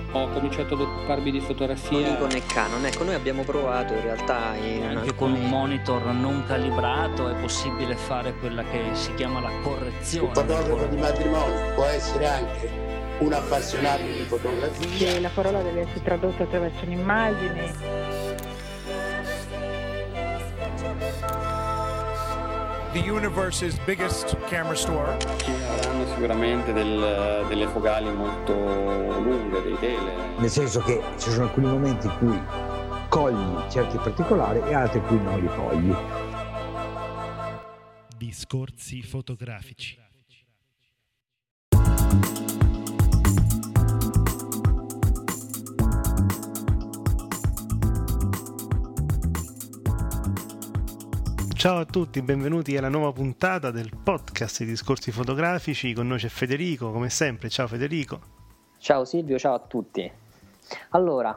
ho cominciato ad occuparmi di fotografia. Nikon e Canon, ecco, noi abbiamo provato in realtà anche con un monitor non calibrato è possibile fare quella che si chiama la correzione. Un fotografo di matrimonio può essere anche un appassionato di fotografia. La parola deve essere tradotta attraverso un'immagine. The universe's biggest camera store. Ci avranno sicuramente delle focali molto lunghe, dei tele. Nel senso che ci sono alcuni momenti in cui cogli certi particolari e altri in cui non li cogli. Discorsi fotografici. Ciao a tutti, benvenuti alla nuova puntata del podcast di Discorsi Fotografici. Con noi c'è Federico, come sempre. Ciao Federico. Ciao Silvio, ciao a tutti. Allora,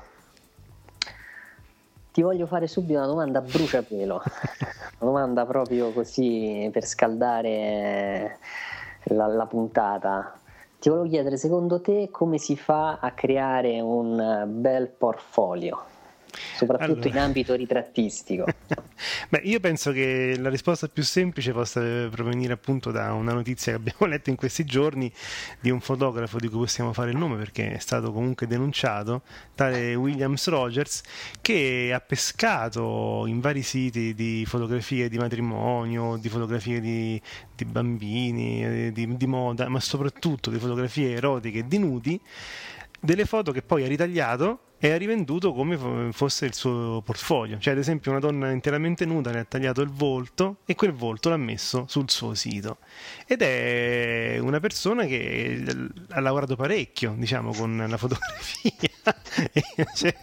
ti voglio fare subito una domanda a bruciapelo, una domanda proprio così per scaldare la puntata. Ti volevo chiedere, secondo te, come si fa a creare un bel portfolio? Soprattutto in ambito ritrattistico. Beh, io penso che la risposta più semplice possa provenire appunto da una notizia che abbiamo letto in questi giorni di un fotografo di cui possiamo fare il nome perché è stato comunque denunciato, tale Williams Rogers, che ha pescato in vari siti di fotografie di matrimonio, di fotografie di bambini, di moda, ma soprattutto di fotografie erotiche e di nudi, delle foto che poi ha ritagliato e ha rivenduto come fosse il suo portfolio. Cioè, ad esempio, una donna interamente nuda ne ha tagliato il volto e quel volto l'ha messo sul suo sito. Ed è una persona che ha lavorato parecchio, diciamo, con la fotografia. Cioè,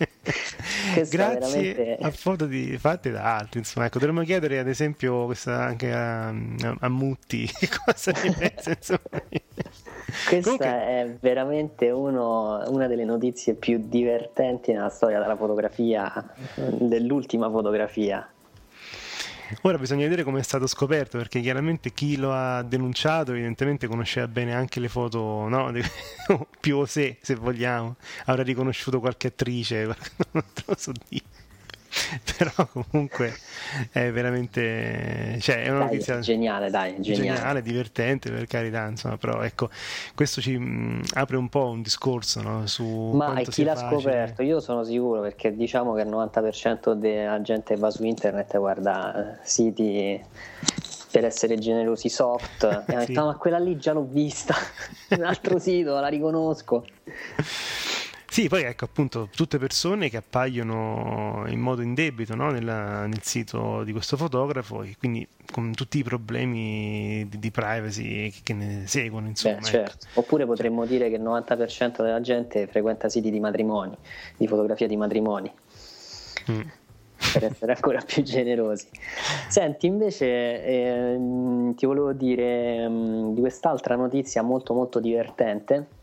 grazie veramente a foto fatte da altri. Insomma, ecco, dovremmo chiedere, ad esempio, questa anche a Mutti cosa ne pensa, insomma. Questa comunque è veramente una delle notizie più divertenti nella storia della fotografia, dell'ultima fotografia. Ora bisogna vedere come è stato scoperto, perché chiaramente chi lo ha denunciato evidentemente conosceva bene anche le foto, no? Più osè, se vogliamo, avrà riconosciuto qualche attrice, non te lo so dire. Però comunque è veramente, cioè, è una notizia geniale, divertente, per carità, insomma, però ecco, questo ci apre un po' un discorso, no, su ma chi l'ha scoperto? Io sono sicuro, perché diciamo che il 90% della gente che va su internet guarda siti, per essere generosi, soft, e ha detto, ma quella lì già l'ho vista, un altro sito, la riconosco. Sì, poi ecco, appunto, tutte persone che appaiono in modo indebito, no, nel sito di questo fotografo, e quindi con tutti i problemi di privacy che ne seguono, insomma. Certo. Ecco. Oppure potremmo dire che il 90% della gente frequenta siti di matrimoni, di fotografia di matrimoni. Per essere ancora più generosi. Senti, invece ti volevo dire di quest'altra notizia molto molto divertente,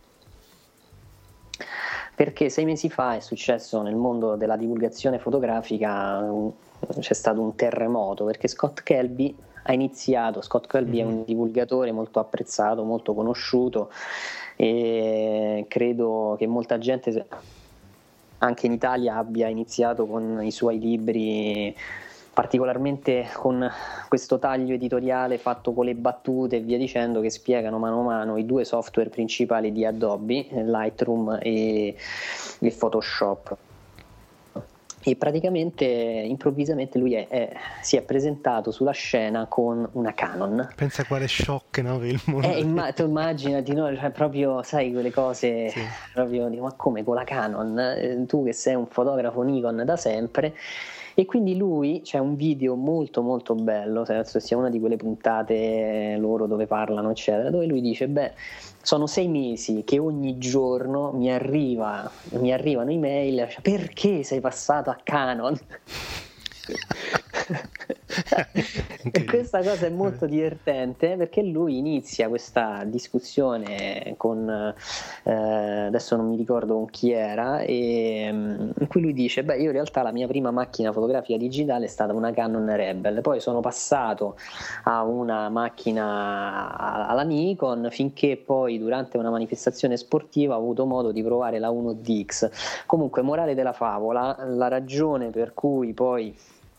perché 6 mesi fa è successo nel mondo della divulgazione fotografica, c'è stato un terremoto, perché Scott Kelby è un divulgatore molto apprezzato, molto conosciuto, e credo che molta gente anche in Italia abbia iniziato con i suoi libri, particolarmente con questo taglio editoriale fatto con le battute e via dicendo, che spiegano mano a mano i due software principali di Adobe, Lightroom e Photoshop. E praticamente improvvisamente lui si è presentato sulla scena con una Canon. Pensa quale shock, no, per il mondo. Tu immaginati, no? Cioè, proprio, sai, quelle cose, sì. Proprio, ma come con la Canon? Tu che sei un fotografo Nikon da sempre. E quindi lui, c'è un video molto molto bello, penso sia una di quelle puntate loro dove parlano eccetera, dove lui dice, sono 6 mesi che ogni giorno mi arrivano email, perché sei passato a Canon? E questa cosa è molto divertente perché lui inizia questa discussione con adesso non mi ricordo con chi era, in cui lui dice: beh, io in realtà la mia prima macchina fotografica digitale è stata una Canon Rebel, poi sono passato a una macchina alla Nikon, finché poi durante una manifestazione sportiva ho avuto modo di provare la 1DX. Comunque, morale della favola, la ragione per cui poi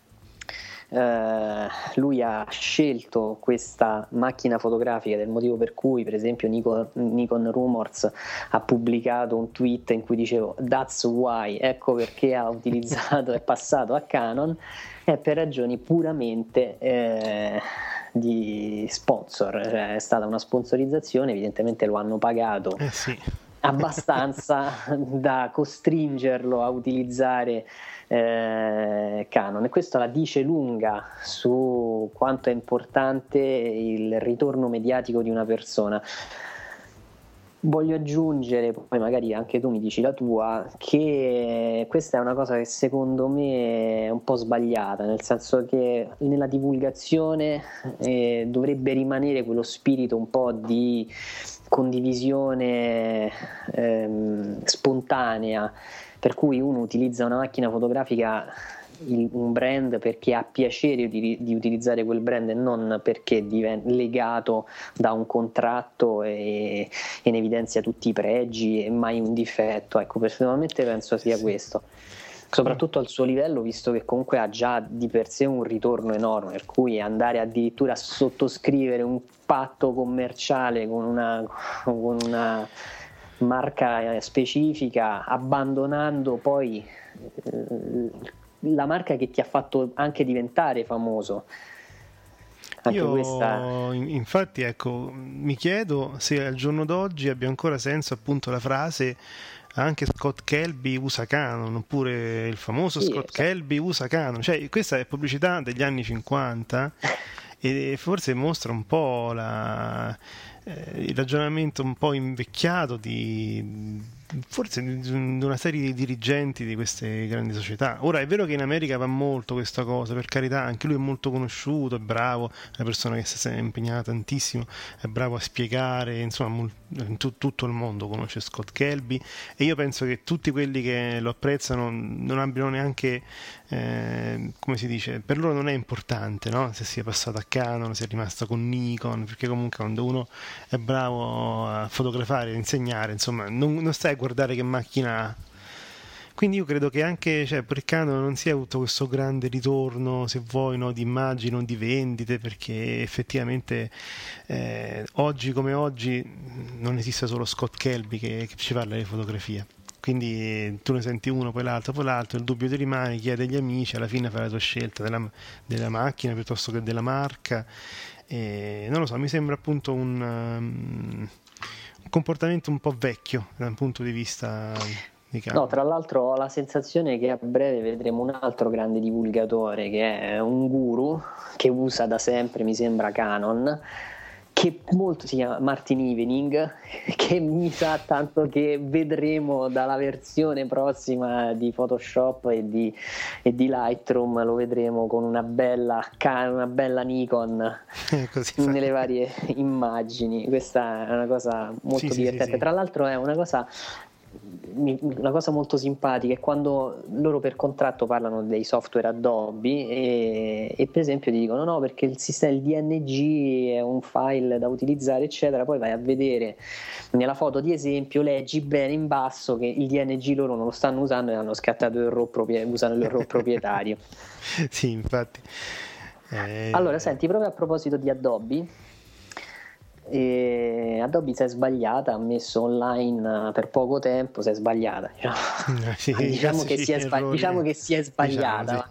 lui ha scelto questa macchina fotografica, del motivo per cui per esempio Nikon Rumors ha pubblicato un tweet in cui dicevo "That's why", ecco perché ha utilizzato, è passato a Canon, è per ragioni puramente di sponsor, cioè è stata una sponsorizzazione, evidentemente lo hanno pagato abbastanza da costringerlo a utilizzare Canon, e questo la dice lunga su quanto è importante il ritorno mediatico di una persona. Voglio aggiungere, poi magari anche tu mi dici la tua, che questa è una cosa che secondo me è un po' sbagliata, nel senso che nella divulgazione dovrebbe rimanere quello spirito un po' di condivisione spontanea, per cui uno utilizza una macchina fotografica, un brand, perché ha piacere di utilizzare quel brand e non perché diventa legato da un contratto e ne evidenzia tutti i pregi e mai un difetto. Ecco, personalmente penso sia questo, soprattutto al suo livello, visto che comunque ha già di per sé un ritorno enorme, per cui andare addirittura a sottoscrivere un patto commerciale con una marca specifica, abbandonando poi la marca che ti ha fatto anche diventare famoso. Anche infatti, ecco, mi chiedo se al giorno d'oggi abbia ancora senso appunto la frase "anche Scott Kelby usa Canon", oppure il famoso Scott Kelby usa Canon. Cioè, questa è pubblicità degli anni 50 e forse mostra un po' il ragionamento un po' invecchiato forse di una serie di dirigenti di queste grandi società. Ora è vero che in America va molto questa cosa, per carità, anche lui è molto conosciuto, è bravo, è una persona che si è impegnata tantissimo, è bravo a spiegare, insomma tutto il mondo conosce Scott Kelby, e io penso che tutti quelli che lo apprezzano non abbiano neanche come si dice, per loro non è importante, no? Se si è passato a Canon, se è rimasto con Nikon, perché comunque quando uno è bravo a fotografare, a insegnare, insomma non stai a guardare che macchina ha. Quindi io credo che anche per Canon non sia avuto questo grande ritorno, se vuoi, no, di immagini o di vendite, perché effettivamente oggi come oggi non esiste solo Scott Kelby che ci parla di fotografia. Quindi tu ne senti uno, poi l'altro, il dubbio ti rimane, chiedi agli amici, alla fine fai la tua scelta della macchina piuttosto che della marca. E non lo so, mi sembra appunto un comportamento un po' vecchio dal punto di vista di Canon. No, tra l'altro ho la sensazione che a breve vedremo un altro grande divulgatore, che è un guru che usa da sempre, mi sembra, Canon, che molto si chiama Martin Evening, che mi sa tanto che vedremo dalla versione prossima di Photoshop e di Lightroom, lo vedremo con una bella Nikon nelle varie immagini. Questa è una cosa molto divertente. Tra l'altro è una cosa molto simpatica è quando loro per contratto parlano dei software Adobe e per esempio ti dicono no, perché il DNG è un file da utilizzare eccetera, poi vai a vedere nella foto di esempio, leggi bene in basso che il DNG loro non lo stanno usando e hanno scattato usano l'errore proprietario. Sì, infatti. Allora senti, proprio a proposito di Adobe, Adobe si è sbagliata, ha messo online per poco tempo, si è sbagliata, diciamo che si è sbagliata,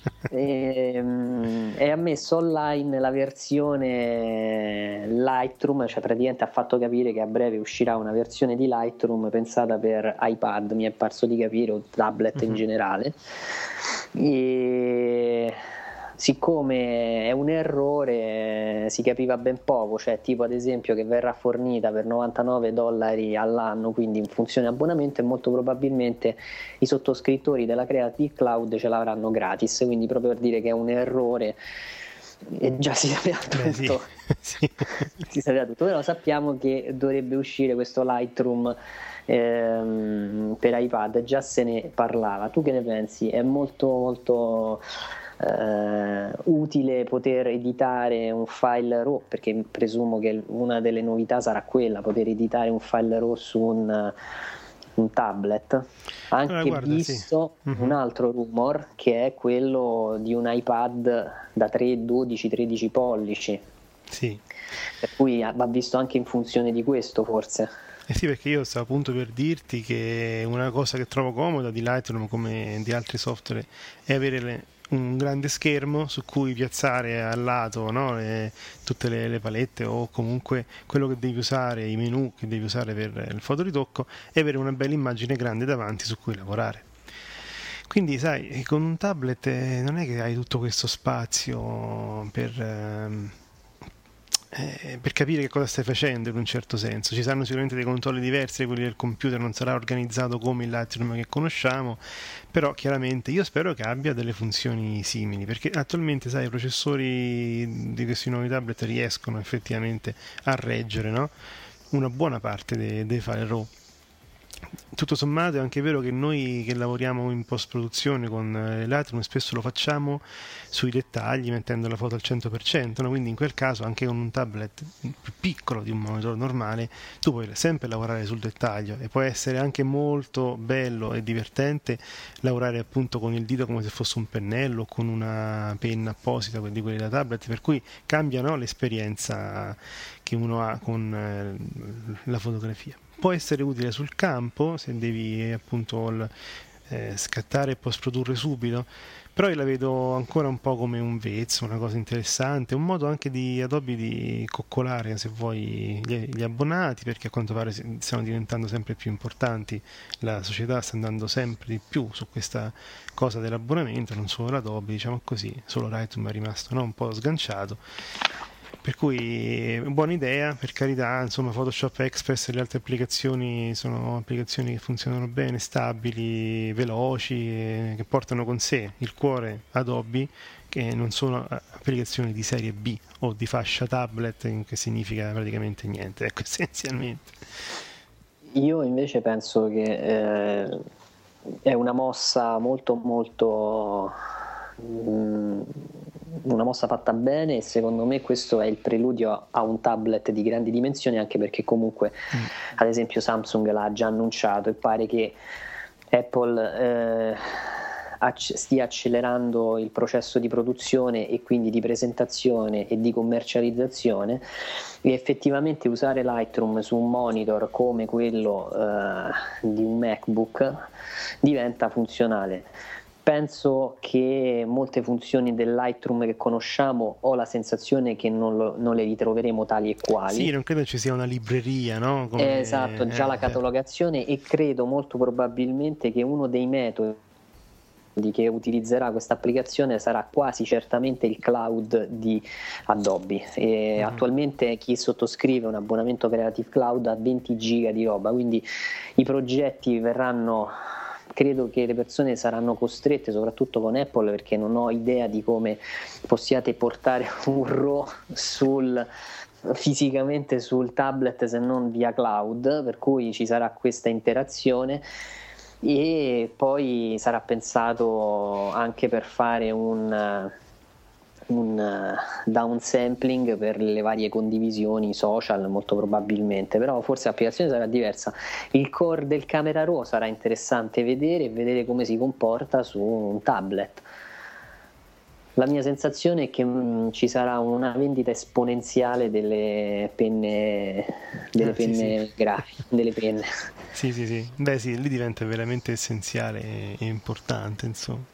e ha messo online la versione Lightroom, cioè praticamente ha fatto capire che a breve uscirà una versione di Lightroom pensata per iPad, mi è parso di capire, o tablet in generale, e siccome è un errore si capiva ben poco, cioè tipo ad esempio che verrà fornita per $99 all'anno, quindi in funzione abbonamento, e molto probabilmente i sottoscrittori della Creative Cloud ce l'avranno gratis, quindi proprio per dire che è un errore. E già si sapeva tutto. Sì. Si sapeva tutto, però sappiamo che dovrebbe uscire questo Lightroom per iPad, già se ne parlava. Tu che ne pensi? È molto molto utile poter editare un file RAW, perché presumo che una delle novità sarà quella, poter editare un file RAW su un tablet, anche guarda, visto sì. un altro rumor che è quello di un iPad da 12, 13 pollici, sì. per cui va visto anche in funzione di questo, forse. Sì, perché io stavo appunto per dirti che una cosa che trovo comoda di Lightroom come di altri software è avere un grande schermo su cui piazzare al lato, no, tutte le palette o comunque quello che devi usare, i menu che devi usare per il fotoritocco, e avere una bella immagine grande davanti su cui lavorare. Quindi sai, con un tablet non è che hai tutto questo spazio per capire che cosa stai facendo, in un certo senso. Ci saranno sicuramente dei controlli diversi da quelli del computer, non sarà organizzato come il Lightroom che conosciamo, però chiaramente io spero che abbia delle funzioni simili, perché attualmente sai, i processori di questi nuovi tablet riescono effettivamente a reggere, no? Una buona parte dei file RAW. Tutto sommato è anche vero che noi che lavoriamo in post-produzione con Lightroom spesso lo facciamo sui dettagli mettendo la foto al 100%, no? Quindi in quel caso anche con un tablet più piccolo di un monitor normale tu puoi sempre lavorare sul dettaglio, e può essere anche molto bello e divertente lavorare appunto con il dito come se fosse un pennello o con una penna apposita di quelli da tablet, per cui cambia, no, l'esperienza che uno ha con la fotografia. Può essere utile sul campo se devi appunto scattare e post produrre subito, però io la vedo ancora un po' come un vezzo, una cosa interessante, un modo anche di Adobe di coccolare, se vuoi, gli abbonati, perché a quanto pare stanno diventando sempre più importanti, la società sta andando sempre di più su questa cosa dell'abbonamento, non solo l'Adobe, diciamo così, solo Lightroom è rimasto, no, un po' sganciato. Per cui buona idea, per carità, insomma Photoshop Express e le altre applicazioni sono applicazioni che funzionano bene, stabili, veloci, che portano con sé il cuore Adobe, che non sono applicazioni di serie B o di fascia tablet, che significa praticamente niente, ecco, essenzialmente. Io invece penso che è una mossa molto molto una mossa fatta bene, e secondo me questo è il preludio a un tablet di grandi dimensioni, anche perché comunque ad esempio Samsung l'ha già annunciato, e pare che Apple stia accelerando il processo di produzione e quindi di presentazione e di commercializzazione, e effettivamente usare Lightroom su un monitor come quello di un MacBook diventa funzionale. Penso che molte funzioni del Lightroom che conosciamo ho la sensazione che non le ritroveremo tali e quali. Sì, non credo ci sia una libreria, no? Esatto, già la catalogazione, e credo molto probabilmente che uno dei metodi che utilizzerà questa applicazione sarà quasi certamente il cloud di Adobe. Attualmente chi sottoscrive un abbonamento Creative Cloud ha 20 giga di roba, quindi i progetti verranno... Credo che le persone saranno costrette, soprattutto con Apple, perché non ho idea di come possiate portare un RAW fisicamente sul tablet se non via cloud, per cui ci sarà questa interazione, e poi sarà pensato anche per fare un downsampling per le varie condivisioni social, molto probabilmente, però forse l'applicazione sarà diversa. Il core del Camera Raw sarà interessante vedere come si comporta su un tablet. La mia sensazione è che ci sarà una vendita esponenziale delle penne grafiche, delle penne. Sì. Beh sì, lì diventa veramente essenziale e importante, insomma.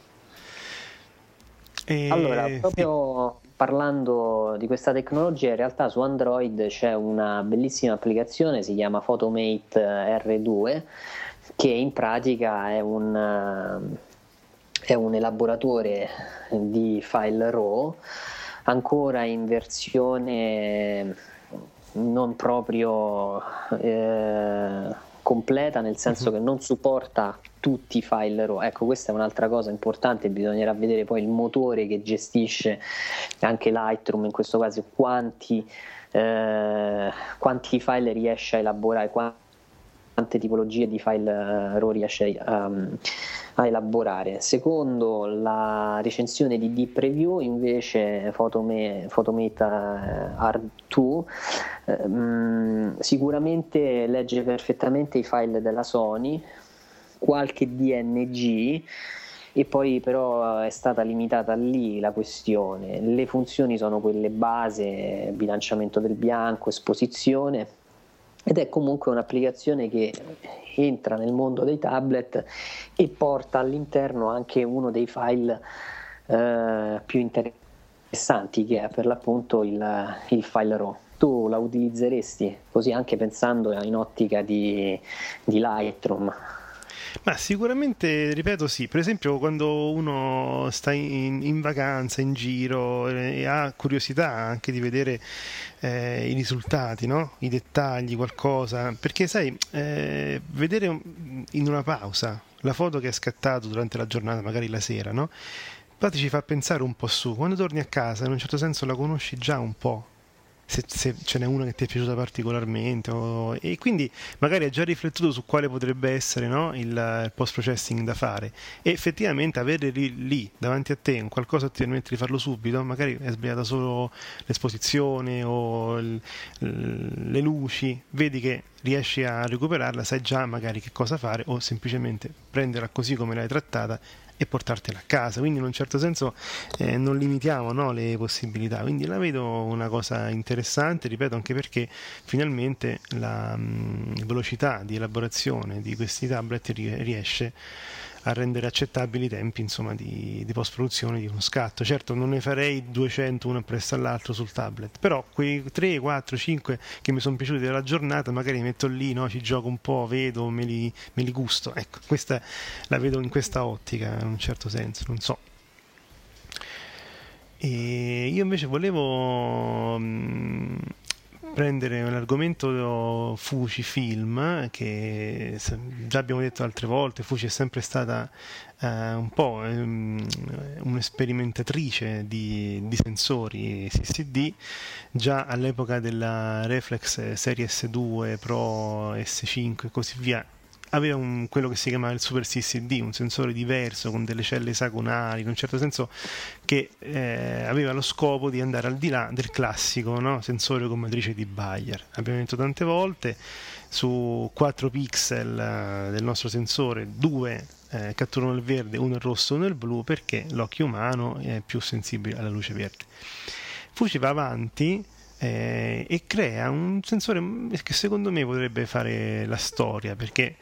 Allora, proprio parlando di questa tecnologia, in realtà su Android c'è una bellissima applicazione, si chiama Photomate R2, che in pratica è è un elaboratore di file RAW, ancora in versione non proprio completa, nel senso che non supporta tutti i file RAW. Ecco, questa è un'altra cosa importante, bisognerà vedere poi il motore che gestisce anche Lightroom in questo caso, quanti file riesce a elaborare, quante tipologie di file RAW riesce a elaborare. Secondo la recensione di Deep Preview, invece, Photomate R2 sicuramente legge perfettamente i file della Sony, qualche DNG, e poi però è stata limitata lì la questione. Le funzioni sono quelle base: bilanciamento del bianco, esposizione, ed è comunque un'applicazione che entra nel mondo dei tablet e porta all'interno anche uno dei file più interessanti, che è per l'appunto il file RAW. Tu la utilizzeresti così, anche pensando in ottica di Lightroom? Ma sicuramente, ripeto, sì. Per esempio, quando uno sta in vacanza, in giro, e ha curiosità anche di vedere i risultati, no? I dettagli, qualcosa, perché sai, vedere in una pausa la foto che hai scattato durante la giornata, magari la sera, no? Poi ci fa pensare un po' su. Quando torni a casa, in un certo senso la conosci già un po', se ce n'è una che ti è piaciuta particolarmente, e quindi magari hai già riflettuto su quale potrebbe essere, no, il post processing da fare, e effettivamente avere lì davanti a te un qualcosa che ti permette di farlo subito, magari è sbagliata solo l'esposizione o le luci, vedi che riesci a recuperarla, sai già magari che cosa fare, o semplicemente prenderla così come l'hai trattata e portartela a casa. Quindi in un certo senso non limitiamo, no, le possibilità, quindi la vedo una cosa interessante, ripeto, anche perché finalmente la velocità di elaborazione di questi tablet riesce a rendere accettabili i tempi, insomma, di post produzione di uno scatto. Certo, non ne farei 200 uno appresso all'altro sul tablet, però quei 3, 4, 5 che mi sono piaciuti della giornata magari mi metto lì, no, ci gioco un po', vedo, me li gusto. Ecco, questa la vedo in questa ottica, in un certo senso, non so. E io invece volevo prendere un argomento Fujifilm, che già abbiamo detto altre volte. Fuji è sempre stata un po' un'esperimentatrice di sensori CCD. Già all'epoca della Reflex serie S2 Pro, S5 e così via, aveva quello che si chiamava il Super CCD, un sensore diverso con delle celle esagonali, in un certo senso, che aveva lo scopo di andare al di là del classico, no, sensore con matrice di Bayer. Abbiamo detto tante volte, su 4 pixel del nostro sensore 2 catturano il verde, 1 il rosso, 1 il blu, perché l'occhio umano è più sensibile alla luce verde. Fuji va avanti e crea un sensore che secondo me potrebbe fare la storia, perché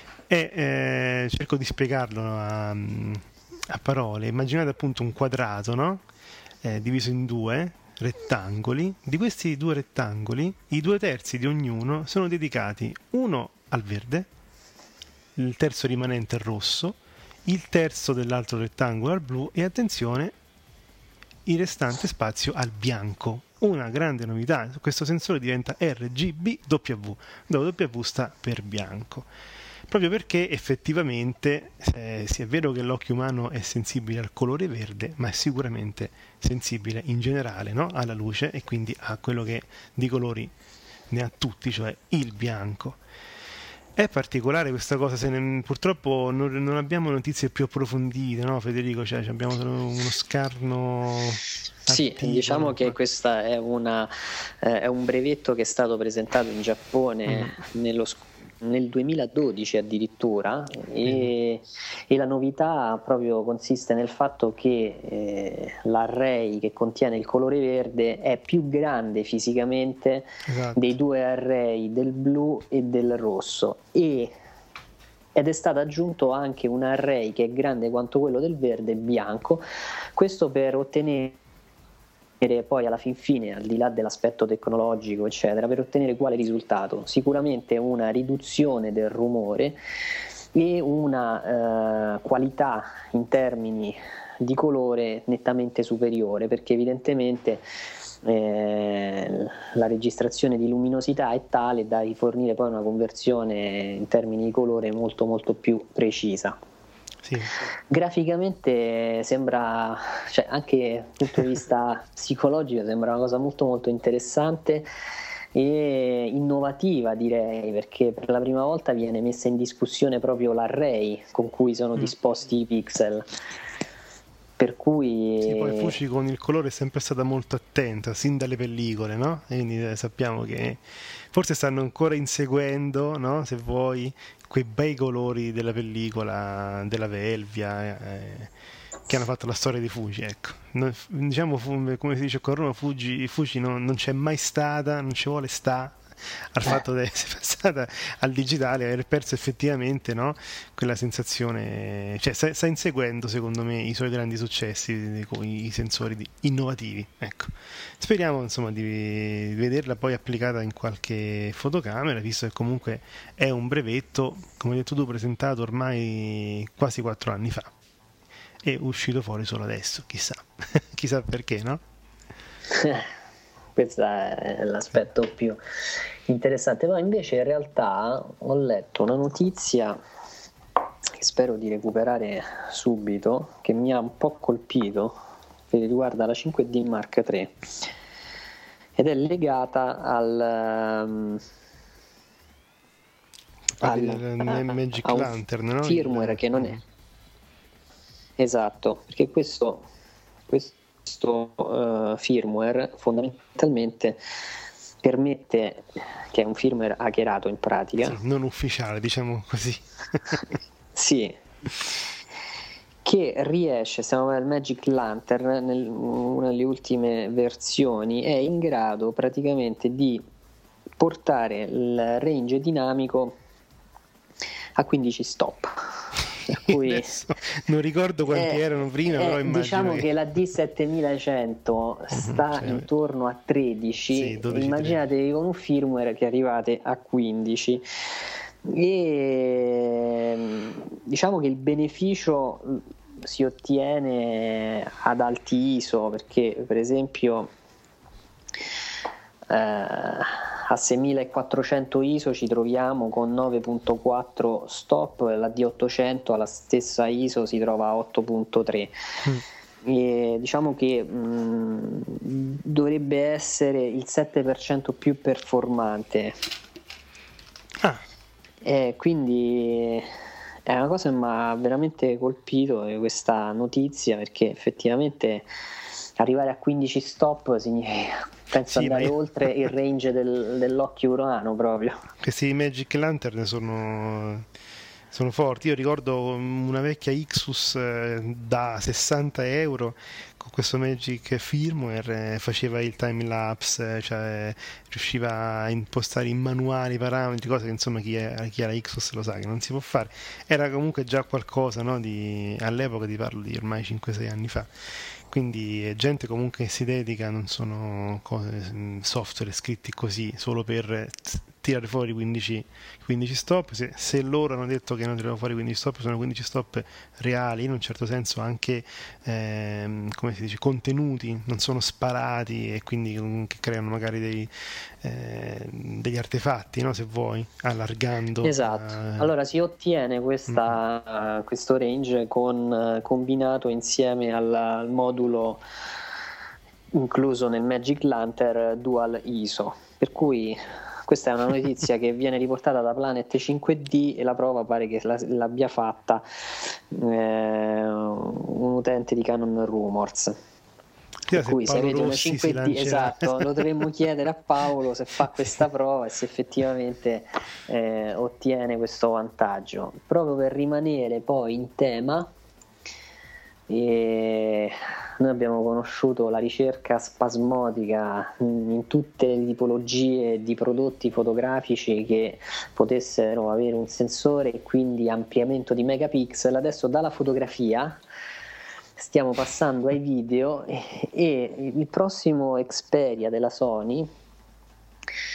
cerco di spiegarlo a parole. Immaginate appunto un quadrato, no? Diviso in 2 rettangoli. Di questi 2 rettangoli, i 2/3 di ognuno sono dedicati, uno al verde, il terzo rimanente al rosso, il terzo dell'altro rettangolo al blu, e attenzione, il restante spazio al bianco. Una grande novità: questo sensore diventa RGBW, dove W sta per bianco, proprio perché effettivamente sì, è vero che l'occhio umano è sensibile al colore verde, ma è sicuramente sensibile in generale, no, alla luce, e quindi a quello che di colori ne ha tutti, cioè il bianco. È particolare questa cosa, purtroppo non abbiamo notizie più approfondite, no, Federico? Cioè, abbiamo solo uno scarno. Sì, diciamo che questa è un brevetto che è stato presentato in Giappone nel 2012 addirittura, e la novità proprio consiste nel fatto che l'array che contiene il colore verde è più grande fisicamente, esatto, dei 2 array del blu e del rosso, ed è stato aggiunto anche un array che è grande quanto quello del verde bianco, questo per ottenere poi alla fin fine, al di là dell'aspetto tecnologico eccetera, per ottenere quale risultato? Sicuramente una riduzione del rumore, e una qualità in termini di colore nettamente superiore, perché evidentemente la registrazione di luminosità è tale da rifornire poi una conversione in termini di colore molto molto più precisa. Sì. Graficamente sembra, cioè anche dal punto di vista psicologico, sembra una cosa molto molto interessante e innovativa, direi, perché per la prima volta viene messa in discussione proprio l'array con cui sono disposti i pixel. Per cui sì, poi Fuji con il colore è sempre stata molto attenta sin dalle pellicole, no? E quindi sappiamo che forse stanno ancora inseguendo, no? Se vuoi, quei bei colori della pellicola della Velvia che hanno fatto la storia di Fuji, ecco. Diciamo, come si dice con Roma, Fuji non c'è mai stata, non ci vuole sta al fatto di essere passata al digitale, aver perso effettivamente, no, quella sensazione, cioè sta inseguendo secondo me i suoi grandi successi con i sensori innovativi, ecco. Speriamo insomma di vederla poi applicata in qualche fotocamera, visto che comunque è un brevetto, come hai detto tu, presentato ormai quasi 4 anni fa, è uscito fuori solo adesso, chissà chissà perché, no? Questo è l'aspetto più interessante. Ma invece in realtà ho letto una notizia che spero di recuperare subito, che mi ha un po' colpito, che riguarda la 5D Mark III ed è legata al Magic Lantern, no? Firmware che non è esatto, perché questo firmware fondamentalmente permette, che è un firmware hackerato in pratica, sì, non ufficiale, diciamo così. sì, che riesce, stiamo al Magic Lantern, una delle ultime versioni, è in grado praticamente di portare il range dinamico a 15 stop. Per cui non ricordo quanti erano prima, però immagino diciamo che la D7100 sta intorno a 13, sì, 12, immaginatevi 13. Con un firmware che arrivate a 15, e diciamo che il beneficio si ottiene ad alti ISO, perché per esempio a 6400 ISO ci troviamo con 9.4 stop, la D800 alla stessa ISO si trova a 8.3. E diciamo che dovrebbe essere il 7% più performante. Quindi è una cosa che mi ha veramente colpito questa notizia, perché effettivamente arrivare a 15 stop significa, penso, andare oltre il range dell'occhio umano proprio. Questi Magic Lantern sono forti. Io ricordo una vecchia Ixus da 60 euro con questo Magic firmware, faceva il time lapse, cioè riusciva a impostare in manuale i parametri, cosa che insomma chi ha la Ixus lo sa che non si può fare. Era comunque già qualcosa, no, all'epoca, ti parlo di ormai 5-6 anni fa. Quindi gente comunque che si dedica, non sono software scritti così solo per tirare fuori 15 stop. Se loro hanno detto che non tirano fuori 15 stop, sono 15 stop reali, in un certo senso anche come si dice, contenuti, non sono sparati, e quindi che creano magari degli artefatti, no, se vuoi, allargando. Esatto. Allora si ottiene questo range combinato insieme al modulo incluso nel Magic Lantern Dual ISO, per cui questa è una notizia che viene riportata da Planet 5D e la prova pare che l'abbia fatta un utente di Canon Rumors. Per cui se avete una 5D, esatto, lo dovremmo chiedere a Paolo se fa questa prova e se effettivamente ottiene questo vantaggio. Proprio per rimanere poi in tema, e noi abbiamo conosciuto la ricerca spasmodica in tutte le tipologie di prodotti fotografici che potessero avere un sensore e quindi ampliamento di megapixel. Adesso dalla fotografia stiamo passando ai video, e il prossimo Xperia della Sony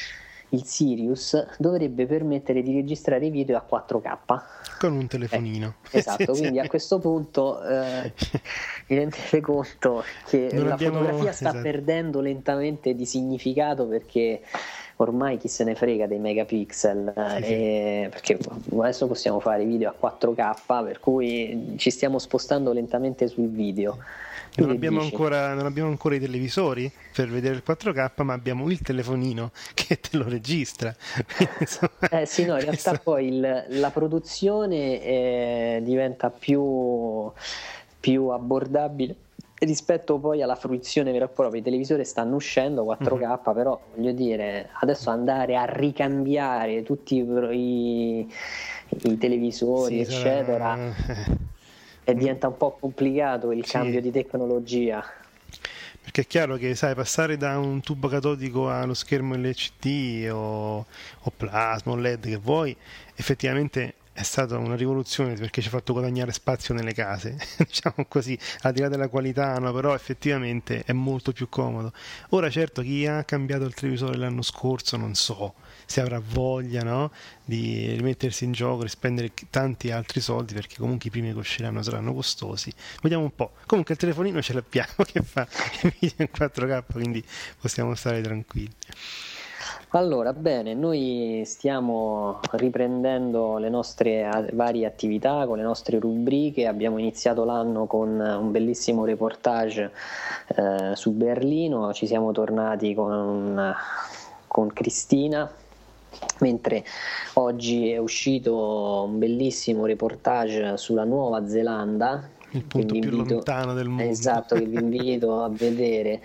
il Sirius dovrebbe permettere di registrare i video a 4K con un telefonino. Esatto, quindi a questo punto vi rendete conto che fotografia sta perdendo lentamente di significato, perché ormai chi se ne frega dei megapixel, perché adesso possiamo fare video a 4K, per cui ci stiamo spostando lentamente sul video. Non abbiamo ancora i televisori per vedere il 4K, ma abbiamo il telefonino che te lo registra. Sì, no, in realtà poi la produzione diventa più abbordabile rispetto poi alla fruizione vera e propria. I televisori stanno uscendo 4K, però voglio dire, adesso andare a ricambiare tutti i televisori, eccetera, e diventa un po' complicato il cambio di tecnologia. Perché è chiaro che, sai, passare da un tubo catodico allo schermo LCD o plasma o LED che vuoi, effettivamente è stata una rivoluzione, perché ci ha fatto guadagnare spazio nelle case, diciamo così, al di là della qualità, no? Però effettivamente è molto più comodo. Ora certo, chi ha cambiato il televisore l'anno scorso non so se avrà voglia, no? Di rimettersi in gioco e spendere tanti altri soldi, perché comunque i primi che usciranno saranno costosi. Vediamo un po'. Comunque il telefonino ce l'abbiamo che fa i video in 4K, quindi possiamo stare tranquilli. Allora, bene, noi stiamo riprendendo le nostre varie attività con le nostre rubriche. Abbiamo iniziato l'anno con un bellissimo reportage su Berlino, ci siamo tornati con Cristina, mentre oggi è uscito un bellissimo reportage sulla Nuova Zelanda, il punto più lontano del mondo. Esatto, che vi invito a vedere,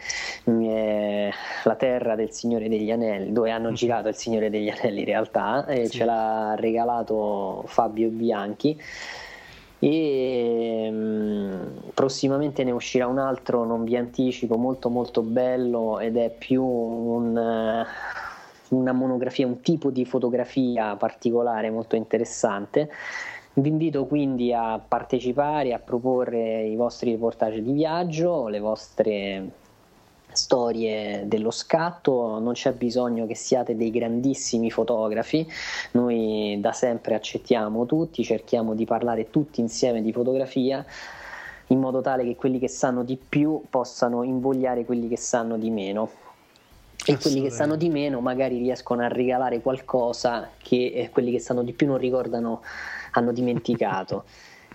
la terra del Signore degli Anelli, dove hanno girato il Signore degli Anelli in realtà, e ce l'ha regalato Fabio Bianchi, e prossimamente ne uscirà un altro, non vi anticipo, molto molto bello, ed è più una monografia, un tipo di fotografia particolare molto interessante. Vi invito quindi a partecipare, a proporre i vostri reportage di viaggio, le vostre storie dello scatto. Non c'è bisogno che siate dei grandissimi fotografi, noi da sempre accettiamo tutti, cerchiamo di parlare tutti insieme di fotografia, in modo tale che quelli che sanno di più possano invogliare quelli che sanno di meno, e quelli che sanno di meno magari riescono a regalare qualcosa che quelli che sanno di più non ricordano, hanno dimenticato.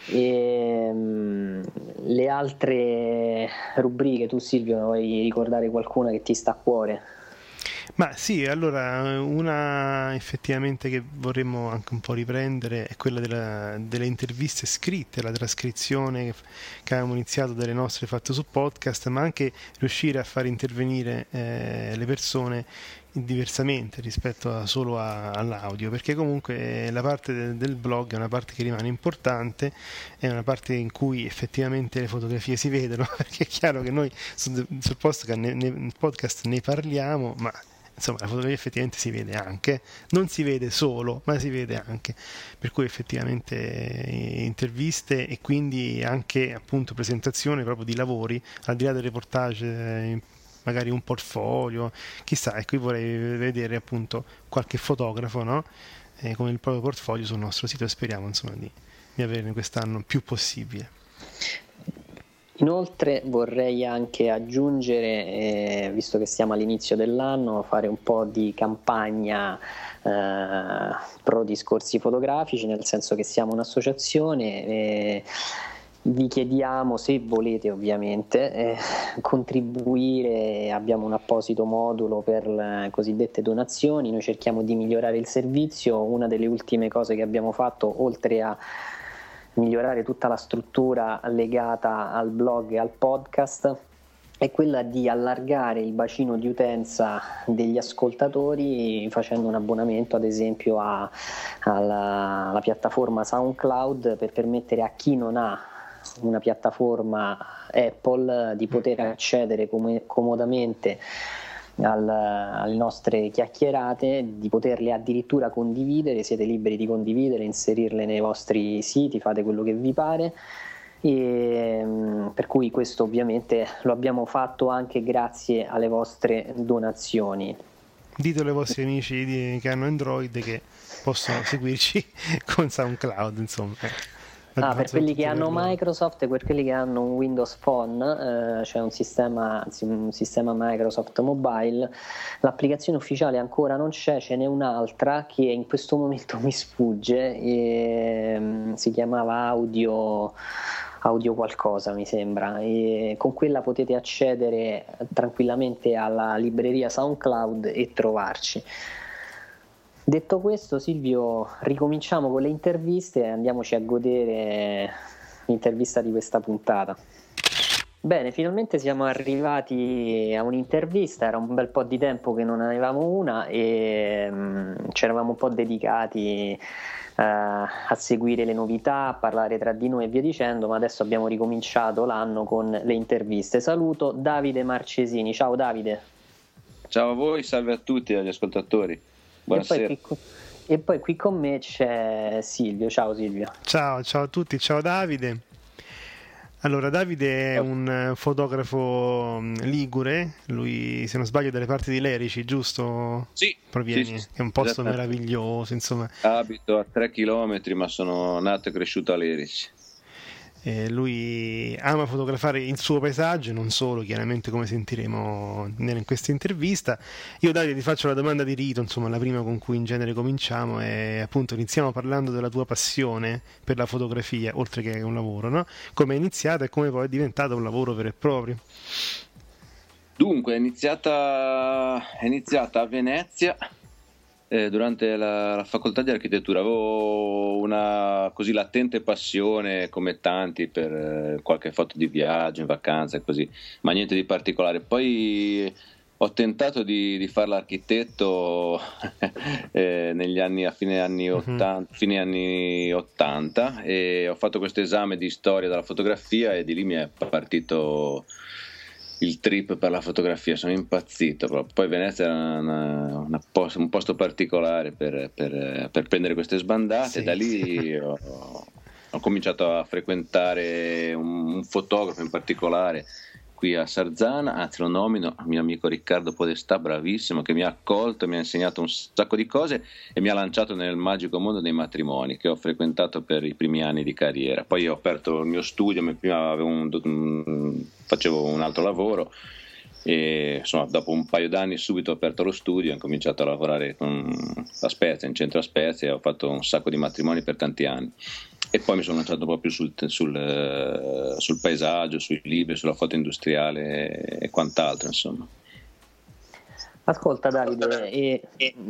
E le altre rubriche, tu Silvio, vuoi ricordare qualcuna che ti sta a cuore? Ma sì, allora una effettivamente che vorremmo anche un po' riprendere è quella delle interviste scritte, la trascrizione che avevamo iniziato delle nostre fatte su podcast, ma anche riuscire a far intervenire le persone diversamente rispetto solo all'audio, perché comunque la parte del blog è una parte che rimane importante, è una parte in cui effettivamente le fotografie si vedono, perché è chiaro che noi sul podcast ne parliamo, ma insomma la fotografia effettivamente si vede anche, non si vede solo, ma si vede anche, per cui effettivamente interviste e quindi anche appunto presentazione proprio di lavori, al di là del reportage, magari un portfolio, chissà. E qui vorrei vedere appunto qualche fotografo, no? Con il proprio portfolio sul nostro sito, e speriamo insomma di averne quest'anno più possibile. Inoltre vorrei anche aggiungere, visto che siamo all'inizio dell'anno, fare un po' di campagna pro discorsi fotografici, nel senso che siamo un'associazione. Vi chiediamo, se volete ovviamente, contribuire. Abbiamo un apposito modulo per le cosiddette donazioni. Noi cerchiamo di migliorare il servizio. Una delle ultime cose che abbiamo fatto, oltre a migliorare tutta la struttura legata al blog e al podcast, è quella di allargare il bacino di utenza degli ascoltatori facendo un abbonamento ad esempio alla piattaforma SoundCloud, per permettere a chi non ha una piattaforma Apple di poter accedere comodamente alle nostre chiacchierate, di poterle addirittura condividere. Siete liberi di condividere, inserirle nei vostri siti, fate quello che vi pare. E per cui questo ovviamente lo abbiamo fatto anche grazie alle vostre donazioni. Ditelo ai vostri amici che hanno Android che possono seguirci con SoundCloud, insomma. Per quelli che hanno Microsoft e per quelli che hanno un Windows Phone, c'è un sistema Microsoft Mobile, l'applicazione ufficiale ancora non c'è, ce n'è un'altra che in questo momento mi sfugge, si chiamava audio qualcosa mi sembra, e con quella potete accedere tranquillamente alla libreria SoundCloud e trovarci. Detto questo, Silvio, ricominciamo con le interviste e andiamoci a godere l'intervista di questa puntata. Bene, finalmente siamo arrivati a un'intervista, era un bel po' di tempo che non avevamo una e ci eravamo un po' dedicati a seguire le novità, a parlare tra di noi e via dicendo, ma adesso abbiamo ricominciato l'anno con le interviste. Saluto Davide Marcesini. Ciao Davide. Ciao a voi, salve a tutti agli ascoltatori. Buonasera. E poi qui con me c'è Silvio. Ciao Silvio. Ciao a tutti, ciao Davide. Allora, Davide è un fotografo ligure, lui se non sbaglio dalle parti di Lerici, giusto? Sì. Provieni, sì. È un posto meraviglioso, insomma. Abito a 3 chilometri, ma sono nato e cresciuto a Lerici. Lui ama fotografare il suo paesaggio, non solo, chiaramente, come sentiremo in questa intervista. Io, Davide, ti faccio la domanda di rito, insomma, la prima con cui in genere cominciamo, e appunto iniziamo parlando della tua passione per la fotografia, oltre che un lavoro, no? Come è iniziata e come poi è diventata un lavoro vero e proprio. Dunque, è iniziata a Venezia. Durante la facoltà di architettura avevo una così latente passione, come tanti, per qualche foto di viaggio, in vacanza e così, ma niente di particolare. Poi ho tentato di fare l'architetto negli anni, a fine anni 80, e ho fatto questo esame di storia della fotografia e di lì mi è partito il trip per la fotografia, sono impazzito proprio. Poi Venezia era un posto particolare per prendere queste sbandate, sì. Da lì ho cominciato a frequentare un fotografo in particolare qui a Sarzana, anzi lo nomino, il mio amico Riccardo Podestà, bravissimo, che mi ha accolto, mi ha insegnato un sacco di cose e mi ha lanciato nel magico mondo dei matrimoni, che ho frequentato per i primi anni di carriera. Poi ho aperto il mio studio, prima facevo un altro lavoro e insomma dopo un paio d'anni subito ho aperto lo studio e ho cominciato a lavorare a Spezia, in centro a Spezia, e ho fatto un sacco di matrimoni per tanti anni. E poi mi sono lanciato proprio sul paesaggio, sui libri, sulla foto industriale e quant'altro, insomma. Ascolta Davide,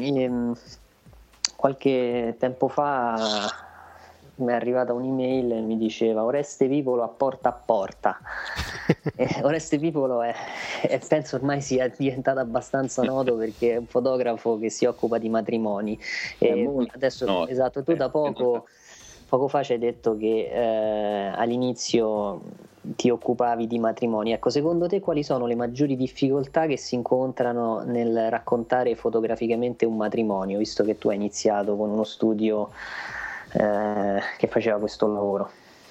qualche tempo fa mi è arrivata un'email e mi diceva Oreste Pipolo a porta. Oreste Pipolo è penso ormai sia diventato abbastanza noto perché è un fotografo che si occupa di matrimoni. Adesso, esatto, tu da poco fa ci hai detto che all'inizio ti occupavi di matrimoni. Ecco, secondo te quali sono le maggiori difficoltà che si incontrano nel raccontare fotograficamente un matrimonio, visto che tu hai iniziato con uno studio che faceva questo lavoro?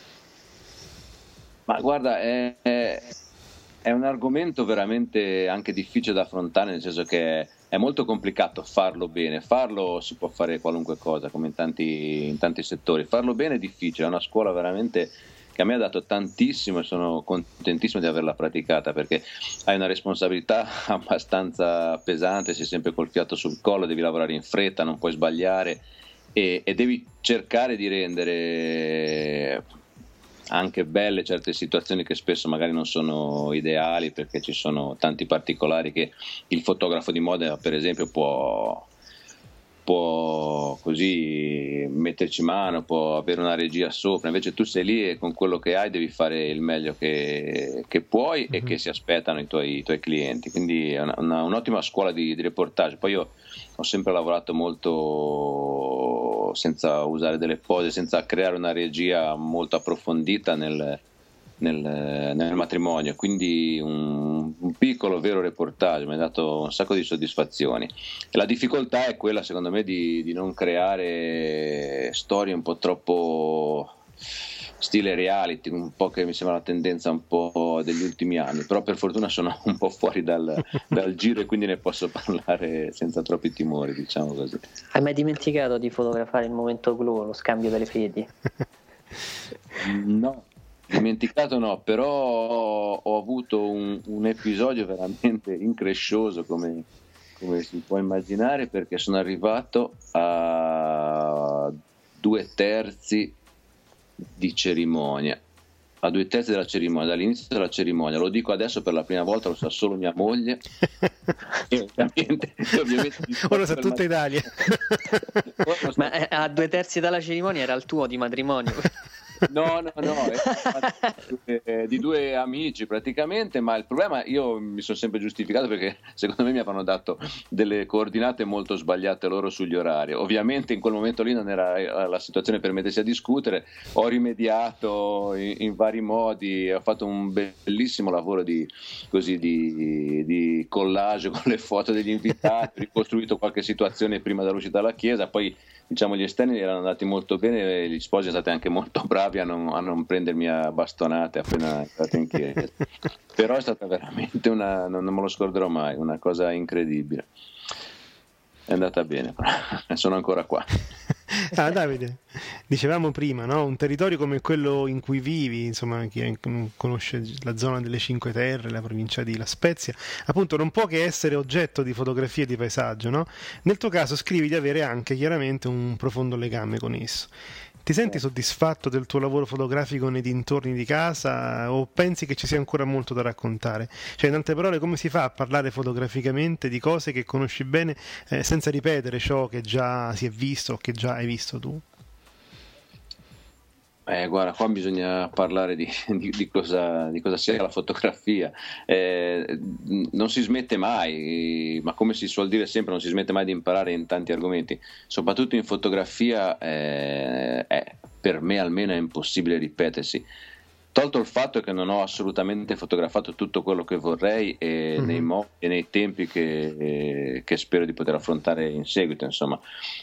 Ma guarda, è un argomento veramente anche difficile da affrontare, nel senso che è molto complicato farlo bene. Farlo si può fare qualunque cosa, come in tanti settori. Farlo bene è difficile, è una scuola veramente che a me ha dato tantissimo e sono contentissimo di averla praticata, perché hai una responsabilità abbastanza pesante, sei sempre col fiato sul collo, devi lavorare in fretta, non puoi sbagliare e devi cercare di rendere anche belle certe situazioni che spesso magari non sono ideali, perché ci sono tanti particolari che il fotografo di moda, per esempio, può così metterci mano, può avere una regia sopra. Invece tu sei lì e con quello che hai devi fare il meglio che puoi e che si aspettano i tuoi clienti. Quindi è un'ottima scuola di reportage. Poi io ho sempre lavorato molto senza usare delle pose, senza creare una regia molto approfondita nel matrimonio, quindi un piccolo vero reportage mi ha dato un sacco di soddisfazioni. E la difficoltà è quella, secondo me, di non creare storie un po' troppo stile reality, un po' che mi sembra la tendenza un po' degli ultimi anni, però per fortuna sono un po' fuori dal giro e quindi ne posso parlare senza troppi timori, diciamo così. Hai mai dimenticato di fotografare il momento clou, lo scambio delle fedi? No, dimenticato no, però ho avuto un episodio veramente increscioso, come si può immaginare, perché sono arrivato a 2/3 di cerimonia, a 2/3 della cerimonia, dall'inizio della cerimonia. Lo dico adesso per la prima volta, lo sa solo mia moglie e ovviamente ora lo sa tutta Italia. Ma a 2/3 dalla cerimonia era il tuo di matrimonio? No, di 2 amici praticamente, ma il problema, io mi sono sempre giustificato perché secondo me mi avevano dato delle coordinate molto sbagliate loro sugli orari. Ovviamente in quel momento lì non era la situazione per mettersi a discutere, ho rimediato in vari modi, ho fatto un bellissimo lavoro di collage con le foto degli invitati, ho ricostruito qualche situazione prima dell'uscita dalla chiesa, poi diciamo gli esterni erano andati molto bene e gli sposi sono stati anche molto bravi a non prendermi a bastonate appena entrato in chiesa. Però è stata veramente non me lo scorderò mai, una cosa incredibile. È andata bene, sono ancora qua. Davide, dicevamo prima, no? Un territorio come quello in cui vivi, insomma, chi conosce la zona delle Cinque Terre, la provincia di La Spezia, appunto non può che essere oggetto di fotografie di paesaggio, no? Nel tuo caso scrivi di avere anche chiaramente un profondo legame con esso. Ti senti soddisfatto del tuo lavoro fotografico nei dintorni di casa o pensi che ci sia ancora molto da raccontare? Cioè, in altre parole, come si fa a parlare fotograficamente di cose che conosci bene senza ripetere ciò che già si è visto o che già hai visto tu? Guarda, qua bisogna parlare di cosa sia la fotografia. Non si smette mai, ma come si suol dire sempre, non si smette mai di imparare in tanti argomenti. Soprattutto in fotografia, per me almeno è impossibile ripetersi. Tolto il fatto che non ho assolutamente fotografato tutto quello che vorrei e nei modi e nei tempi che spero di poter affrontare in seguito, insomma.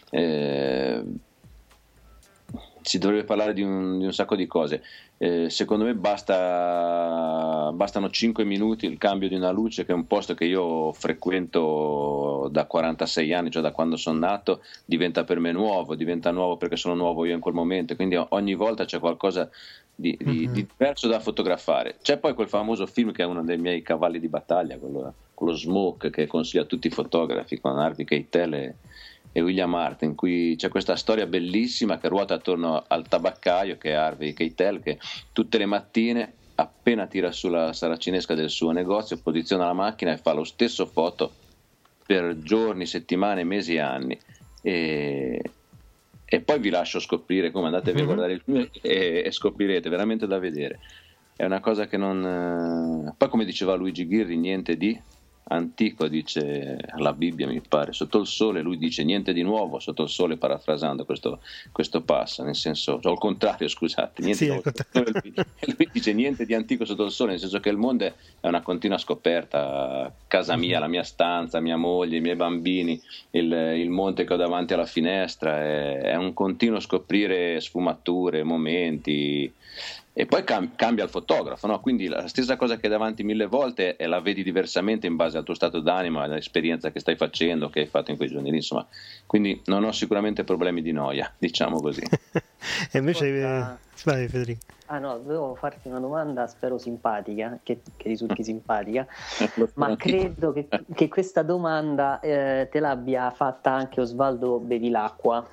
Si dovrebbe parlare di un sacco di cose. Secondo me bastano 5 minuti il cambio di una luce, che è un posto che io frequento da 46 anni, cioè da quando sono nato, diventa per me nuovo, diventa nuovo perché sono nuovo io in quel momento, quindi ogni volta c'è qualcosa di diverso da fotografare. C'è poi quel famoso film che è uno dei miei cavalli di battaglia, quello Smoke, che consiglio a tutti i fotografi, con Harvey Keitel e William Hart, in cui c'è questa storia bellissima che ruota attorno al tabaccaio, che è Harvey Keitel, che tutte le mattine, appena tira su la saracinesca del suo negozio, posiziona la macchina e fa lo stesso foto per giorni, settimane, mesi e anni. E poi vi lascio scoprire, come andatevi a guardare il film e scoprirete, veramente da vedere. È una cosa che non... Poi, come diceva Luigi Ghirri, niente di antico, dice la Bibbia, mi pare, sotto il sole. Lui dice niente di nuovo sotto il sole, parafrasando questo passo, nel senso, cioè, al contrario, scusate, niente lui dice niente di antico sotto il sole, nel senso che il mondo è una continua scoperta. Casa mia, la mia stanza, mia moglie, i miei bambini, il monte che ho davanti alla finestra, è un continuo scoprire sfumature, momenti. E poi cambia il fotografo, no? Quindi la stessa cosa che hai davanti 1000 volte e la vedi diversamente in base al tuo stato d'animo, all'esperienza che stai facendo, che hai fatto in quei giorni lì, insomma. Quindi non ho sicuramente problemi di noia, diciamo così. E invece vai, Federico. No, dovevo farti una domanda, spero simpatica, che risulti simpatica, ma credo che questa domanda te l'abbia fatta anche Osvaldo Bevilacqua.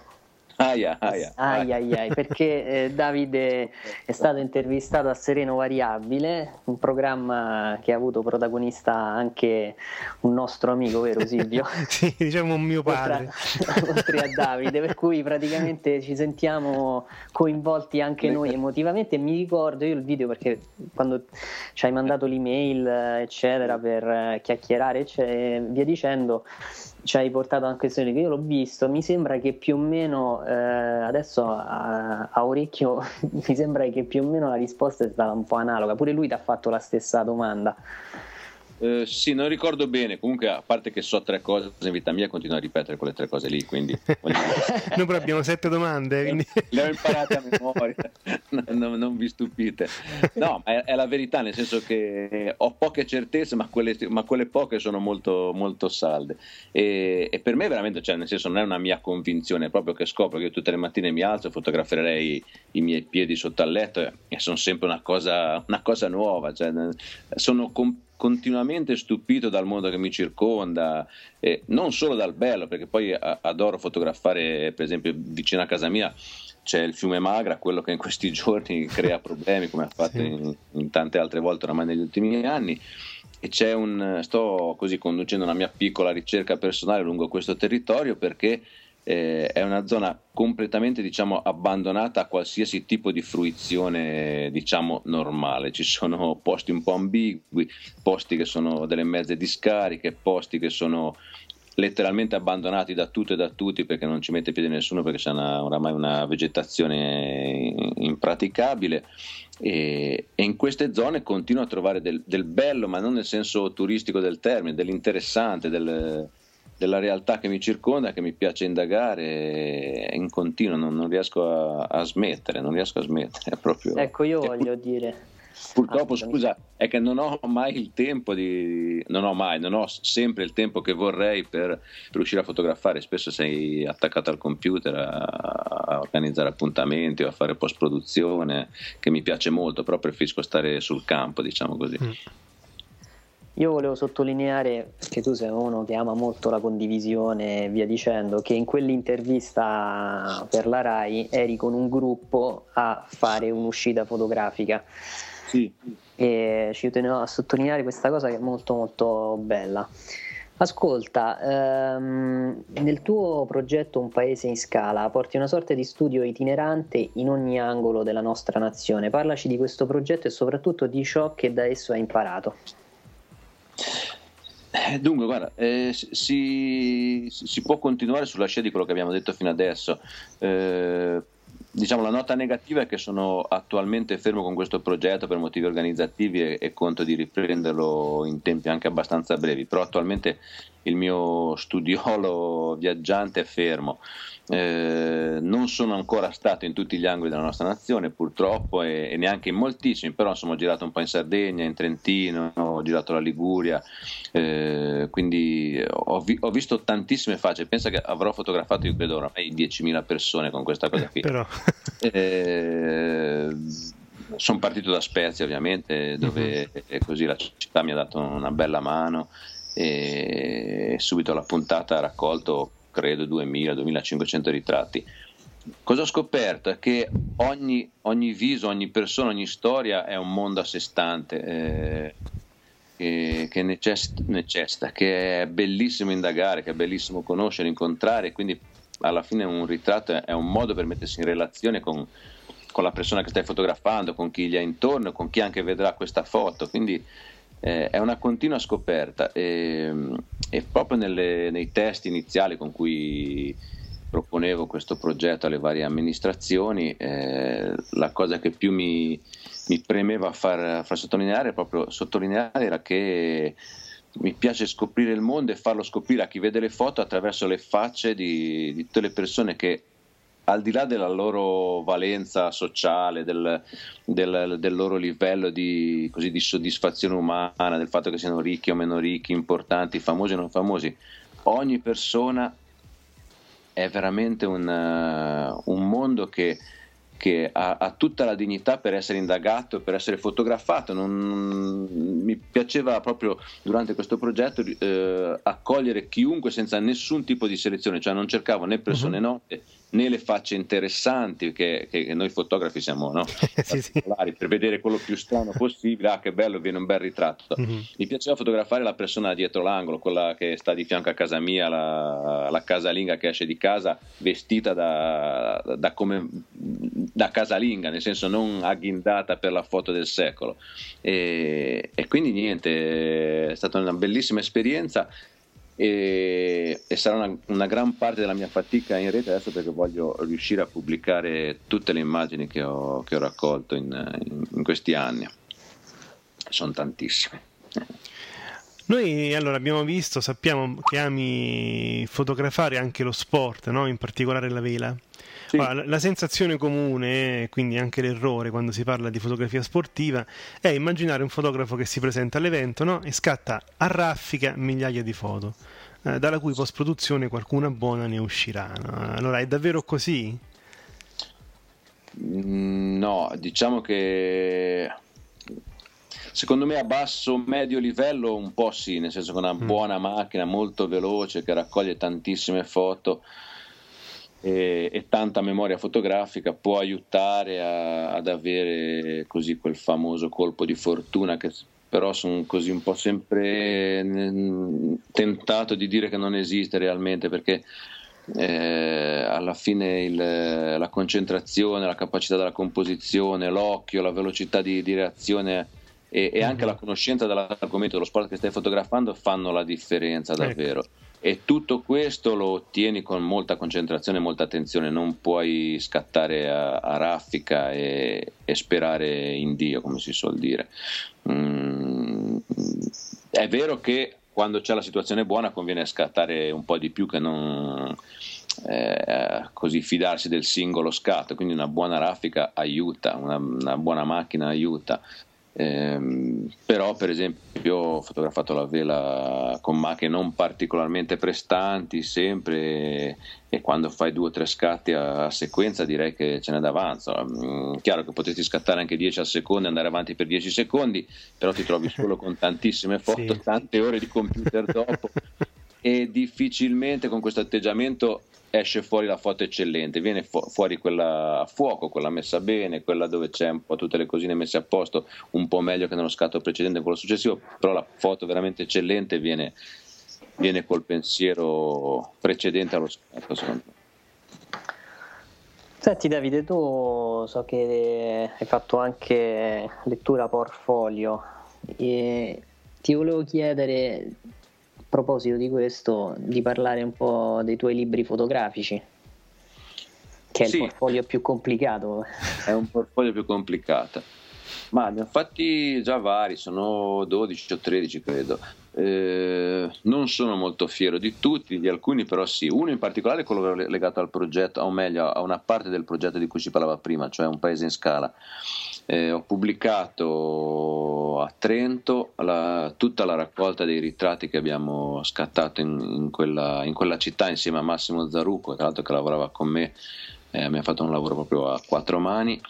Perché Davide è stato intervistato a Sereno Variabile, un programma che ha avuto protagonista anche un nostro amico, vero Silvio? Sì, diciamo un mio padre. Oltre a Davide, per cui praticamente ci sentiamo coinvolti anche noi emotivamente. E mi ricordo io il video, perché quando ci hai mandato l'email eccetera per chiacchierare via dicendo, ci hai portato anche il segno che io l'ho visto. Mi sembra che più o meno adesso a orecchio mi sembra che più o meno la risposta è stata un po' analoga. Pure lui ti ha fatto la stessa domanda. Sì, non ricordo bene, comunque a parte che so 3 cose in vita mia continuo a ripetere quelle 3 cose lì, quindi noi però abbiamo 7 domande, quindi le ho imparate a memoria. Non vi stupite. No, ma è la verità, nel senso che ho poche certezze, ma quelle poche sono molto, molto salde, e per me veramente, cioè, nel senso, non è una mia convinzione, è proprio che scopro che io tutte le mattine mi alzo e fotograferei i miei piedi sotto al letto e sono sempre una cosa nuova, cioè, sono continuamente stupito dal mondo che mi circonda, non solo dal bello, perché poi adoro fotografare, per esempio vicino a casa mia c'è il fiume Magra, quello che in questi giorni crea problemi, come ha fatto in tante altre volte oramai negli ultimi anni, e sto così conducendo una mia piccola ricerca personale lungo questo territorio, perché è una zona completamente, diciamo, abbandonata a qualsiasi tipo di fruizione, diciamo, normale. Ci sono posti un po' ambigui, posti che sono delle mezze discariche, posti che sono letteralmente abbandonati da tutto e da tutti perché non ci mette piede nessuno, perché c'è oramai una vegetazione impraticabile, e in queste zone continuo a trovare del bello, ma non nel senso turistico del termine, dell'interessante, della realtà che mi circonda, che mi piace indagare in continuo, non riesco a smettere, proprio. Ecco, io voglio dire, purtroppo, scusa, è che non ho mai il tempo non ho sempre il tempo che vorrei per riuscire a fotografare. Spesso sei attaccato al computer a organizzare appuntamenti o a fare post produzione, che mi piace molto, però preferisco stare sul campo, diciamo così. Io volevo sottolineare, perché tu sei uno che ama molto la condivisione e via dicendo, che in quell'intervista per la Rai eri con un gruppo a fare un'uscita fotografica. Sì. E ci tenevo a sottolineare questa cosa, che è molto molto bella. Ascolta, nel tuo progetto Un Paese in Scala porti una sorta di studio itinerante in ogni angolo della nostra nazione. Parlaci di questo progetto e soprattutto di ciò che da esso hai imparato. Dunque, guarda, si può continuare sulla scia di quello che abbiamo detto fino adesso. Diciamo, la nota negativa è che sono attualmente fermo con questo progetto per motivi organizzativi e conto di riprenderlo in tempi anche abbastanza brevi, però attualmente il mio studiolo viaggiante è fermo. Non sono ancora stato in tutti gli angoli della nostra nazione, purtroppo, e neanche in moltissimi, però insomma ho girato un po' in Sardegna, in Trentino, ho girato la Liguria, quindi ho visto tantissime facce. Pensa che avrò fotografato, io credo, oramai 10.000 persone con questa cosa qui. Però sono partito da Spezia, ovviamente, dove così la città mi ha dato una bella mano, e subito alla puntata ha raccolto credo 2.000-2.500 ritratti. Cosa ho scoperto? È che ogni viso, ogni persona, ogni storia è un mondo a sé stante, che necessita, che è bellissimo indagare, che è bellissimo conoscere, incontrare, quindi alla fine un ritratto è un modo per mettersi in relazione con la persona che stai fotografando, con chi gli è intorno, con chi anche vedrà questa foto, quindi è una continua scoperta, e proprio nei testi iniziali con cui proponevo questo progetto alle varie amministrazioni, la cosa che più mi premeva far sottolineare era che mi piace scoprire il mondo e farlo scoprire a chi vede le foto attraverso le facce di tutte le persone che, al di là della loro valenza sociale, del loro livello di soddisfazione umana, del fatto che siano ricchi o meno ricchi, importanti, famosi o non famosi, ogni persona è veramente un mondo che ha tutta la dignità per essere indagato e per essere fotografato. Mi piaceva proprio durante questo progetto accogliere chiunque senza nessun tipo di selezione, cioè non cercavo né persone note né le facce interessanti che noi fotografi siamo, no? Particolari, per vedere quello più strano possibile. Che bello, viene un bel ritratto. Mi piaceva fotografare la persona dietro l'angolo, quella che sta di fianco a casa mia, la casalinga che esce di casa vestita da casalinga, nel senso non agghindata per la foto del secolo, e quindi niente, è stata una bellissima esperienza, e sarà una gran parte della mia fatica in rete adesso, perché voglio riuscire a pubblicare tutte le immagini che ho raccolto in questi anni. Sono tantissime. Noi allora abbiamo visto, sappiamo che ami fotografare anche lo sport, no? In particolare la vela. Sì. La sensazione comune, quindi anche l'errore quando si parla di fotografia sportiva, è immaginare un fotografo che si presenta all'evento, no? E scatta a raffica migliaia di foto, dalla cui post-produzione qualcuna buona ne uscirà, no? Allora è davvero così? No, diciamo che secondo me a basso medio livello un po' sì, nel senso che una buona macchina molto veloce che raccoglie tantissime foto e tanta memoria fotografica può aiutare ad avere così quel famoso colpo di fortuna, che però sono così un po' sempre tentato di dire che non esiste realmente, perché alla fine la concentrazione, la capacità della composizione, l'occhio, la velocità di reazione e anche la conoscenza dell'argomento dello sport che stai fotografando fanno la differenza davvero. E tutto questo lo ottieni con molta concentrazione e molta attenzione, non puoi scattare a raffica e sperare in Dio, come si suol dire. È vero che quando c'è la situazione buona conviene scattare un po' di più che non così fidarsi del singolo scatto, quindi una buona raffica aiuta, una buona macchina aiuta. Però per esempio ho fotografato la vela con macchine non particolarmente prestanti sempre, e quando fai 2 o 3 scatti a sequenza direi che ce n'è d'avanzo. Chiaro che potresti scattare anche 10 al secondo e andare avanti per 10 secondi, però ti trovi solo con tantissime foto, sì, tante ore di computer dopo e difficilmente con questo atteggiamento esce fuori la foto eccellente, viene fuori quella a fuoco, quella messa bene, quella dove c'è un po' tutte le cosine messe a posto, un po' meglio che nello scatto precedente e quello successivo, però la foto veramente eccellente viene col pensiero precedente allo scatto, secondo me. Senti Davide, tu so che hai fatto anche lettura portfolio e ti volevo chiedere, a proposito di questo, di parlare un po' dei tuoi libri fotografici, che è il portfolio più complicato. È un portfolio più complicato, ma ne ho fatti già vari, sono 12 o 13 credo. Non sono molto fiero di tutti, di alcuni però sì. Uno in particolare è quello legato al progetto, o meglio a una parte del progetto di cui si parlava prima, cioè Un paese in scala. Ho pubblicato a Trento tutta la raccolta dei ritratti che abbiamo scattato in quella città insieme a Massimo Zarucco, tra l'altro, che lavorava con me. Abbiamo fatto un lavoro proprio a 4 mani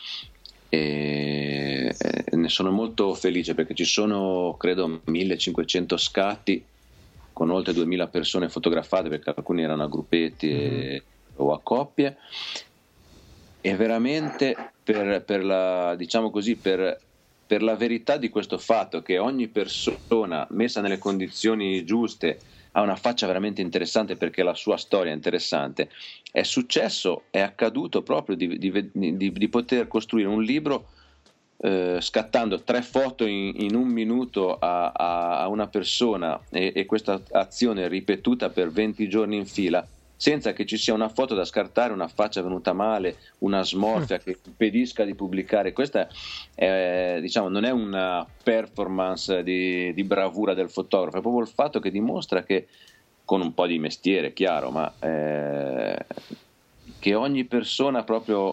e ne sono molto felice perché ci sono credo 1500 scatti con oltre 2000 persone fotografate, perché alcuni erano a gruppetti o a coppie, e veramente per la, diciamo così, per la verità di questo fatto che ogni persona messa nelle condizioni giuste ha una faccia veramente interessante perché la sua storia è interessante. È successo, è accaduto proprio di poter costruire un libro scattando 3 foto in 1 minuto a una persona e questa azione ripetuta per 20 giorni in fila, senza che ci sia una foto da scartare, una faccia venuta male, una smorfia che impedisca di pubblicare. Questa diciamo, non è una performance di bravura del fotografo, è proprio il fatto che dimostra che, con un po' di mestiere, chiaro, ma che ogni persona proprio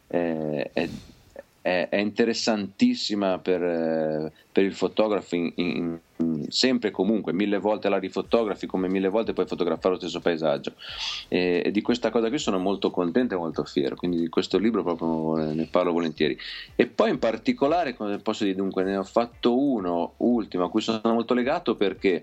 è interessantissima per il fotografo, sempre e comunque, 1000 volte la rifotografi come 1000 volte puoi fotografare lo stesso paesaggio, e di questa cosa qui sono molto contento e molto fiero, quindi di questo libro proprio ne parlo volentieri. E poi in particolare, come posso dire, dunque ne ho fatto uno ultimo a cui sono molto legato, perché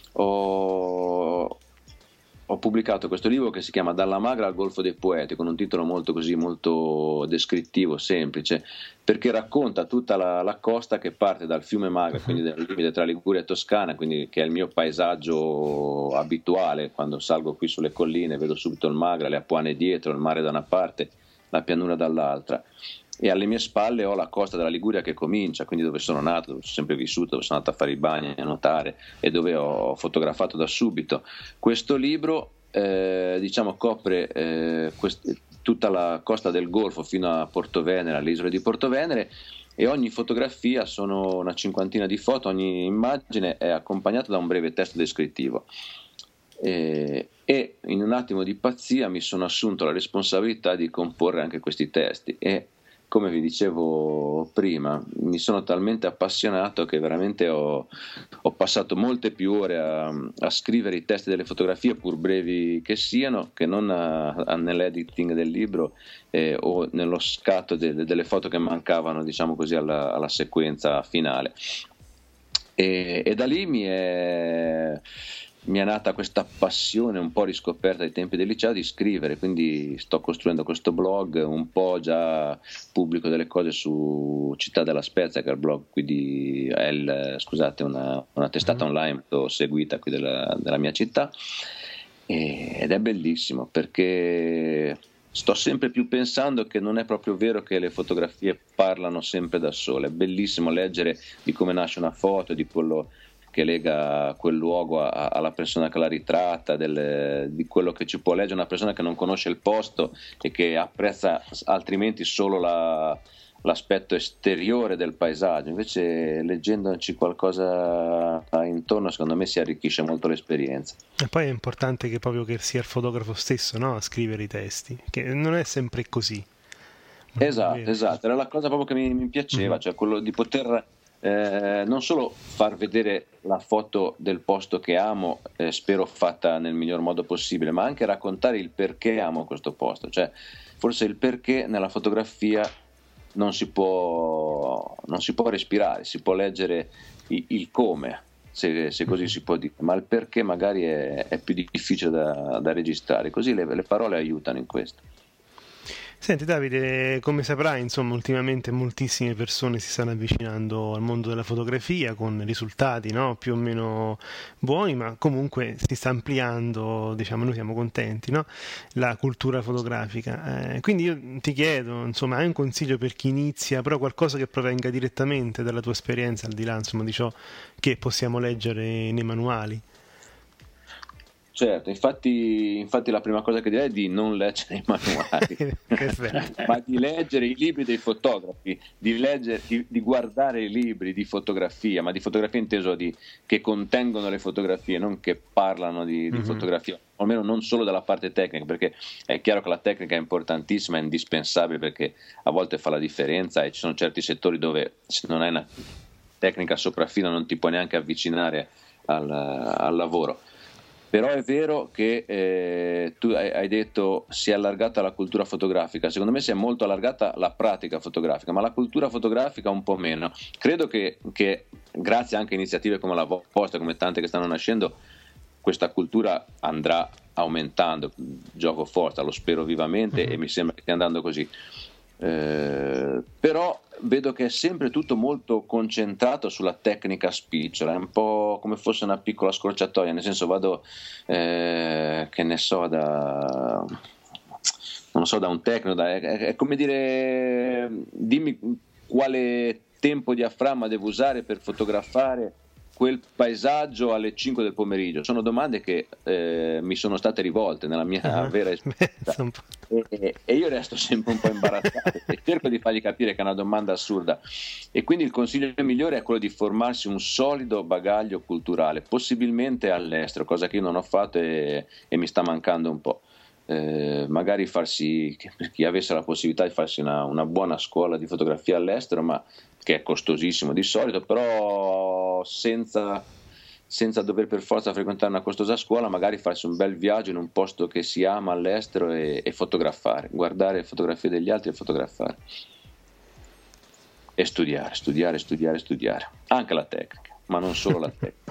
ho pubblicato questo libro che si chiama Dalla Magra al Golfo dei Poeti, con un titolo molto così, molto descrittivo, semplice, perché racconta tutta la costa che parte dal fiume Magra, quindi dal limite tra Liguria e Toscana, quindi che è il mio paesaggio abituale. Quando salgo qui sulle colline vedo subito il Magra, le Apuane dietro, il mare da una parte, la pianura dall'altra, e alle mie spalle ho la costa della Liguria che comincia, quindi dove sono nato, dove sono sempre vissuto, dove sono andato a fare i bagni, a nuotare, e dove ho fotografato da subito. Questo libro diciamo copre tutta la costa del Golfo fino a Porto Venere, alle isole di Porto Venere, e ogni fotografia, sono una cinquantina di foto, ogni immagine è accompagnata da un breve testo descrittivo. E in un attimo di pazzia mi sono assunto la responsabilità di comporre anche questi testi, e come vi dicevo prima, mi sono talmente appassionato che veramente ho passato molte più ore a scrivere i testi delle fotografie, pur brevi che siano, che non nell'editing del libro o nello scatto delle foto che mancavano, diciamo così, alla sequenza finale. E da lì mi è nata questa passione un po' riscoperta ai tempi del liceo di scrivere, quindi sto costruendo questo blog, un po' già pubblico delle cose su Città della Spezia, che è il blog qui una testata online seguita qui della mia città, ed è bellissimo perché sto sempre più pensando che non è proprio vero che le fotografie parlano sempre da sole. È bellissimo leggere di come nasce una foto, di quello che lega quel luogo alla persona che la ritratta, di quello che ci può leggere una persona che non conosce il posto e che apprezza altrimenti solo l'aspetto esteriore del paesaggio. Invece leggendoci qualcosa intorno, secondo me si arricchisce molto l'esperienza. E poi è importante che proprio che sia il fotografo stesso, no, a scrivere i testi, che non è sempre così. Esatto, era la cosa proprio che mi piaceva, cioè quello di poter non solo far vedere la foto del posto che amo, spero fatta nel miglior modo possibile, ma anche raccontare il perché amo questo posto. Cioè forse il perché nella fotografia non si può respirare, si può leggere il come, se così si può dire, ma il perché magari è più difficile da registrare, così le parole aiutano in questo. Senti Davide, come saprai, insomma, ultimamente moltissime persone si stanno avvicinando al mondo della fotografia con risultati, no, più o meno buoni, ma comunque si sta ampliando, diciamo, noi siamo contenti, no, la cultura fotografica. Quindi io ti chiedo, insomma, hai un consiglio per chi inizia, però qualcosa che provenga direttamente dalla tua esperienza, al di là, insomma, di ciò che possiamo leggere nei manuali? Certo, infatti la prima cosa che direi è di non leggere i manuali, ma di leggere i libri dei fotografi, di guardare i libri di fotografia, ma di fotografia inteso che contengono le fotografie, non che parlano di fotografia, o almeno non solo dalla parte tecnica, perché è chiaro che la tecnica è importantissima, è indispensabile, perché a volte fa la differenza e ci sono certi settori dove se non hai una tecnica sopraffina non ti puoi neanche avvicinare al lavoro. Però è vero che tu hai detto si è allargata la cultura fotografica, secondo me si è molto allargata la pratica fotografica, ma la cultura fotografica un po' meno. Credo che grazie anche a iniziative come la vostra, come tante che stanno nascendo, questa cultura andrà aumentando, gioco forza, lo spero vivamente e mi sembra che stia andando così. Però vedo che è sempre tutto molto concentrato sulla tecnica spicciola, è un po' come fosse una piccola scorciatoia, nel senso vado che ne so da un tecnico, è come dire dimmi quale tempo diaframma devo usare per fotografare quel paesaggio alle 5 del pomeriggio. Sono domande che mi sono state rivolte nella mia vera esperienza e io resto sempre un po' imbarazzato e cerco di fargli capire che è una domanda assurda, e quindi il consiglio migliore è quello di formarsi un solido bagaglio culturale, possibilmente all'estero, cosa che io non ho fatto e mi sta mancando un po'. Magari farsi, per chi avesse la possibilità di farsi una buona scuola di fotografia all'estero, ma che è costosissimo di solito, però senza dover per forza frequentare una costosa scuola, magari farsi un bel viaggio in un posto che si ama all'estero e fotografare, guardare fotografie degli altri e fotografare e studiare, anche la tecnica, ma non solo la tecnica.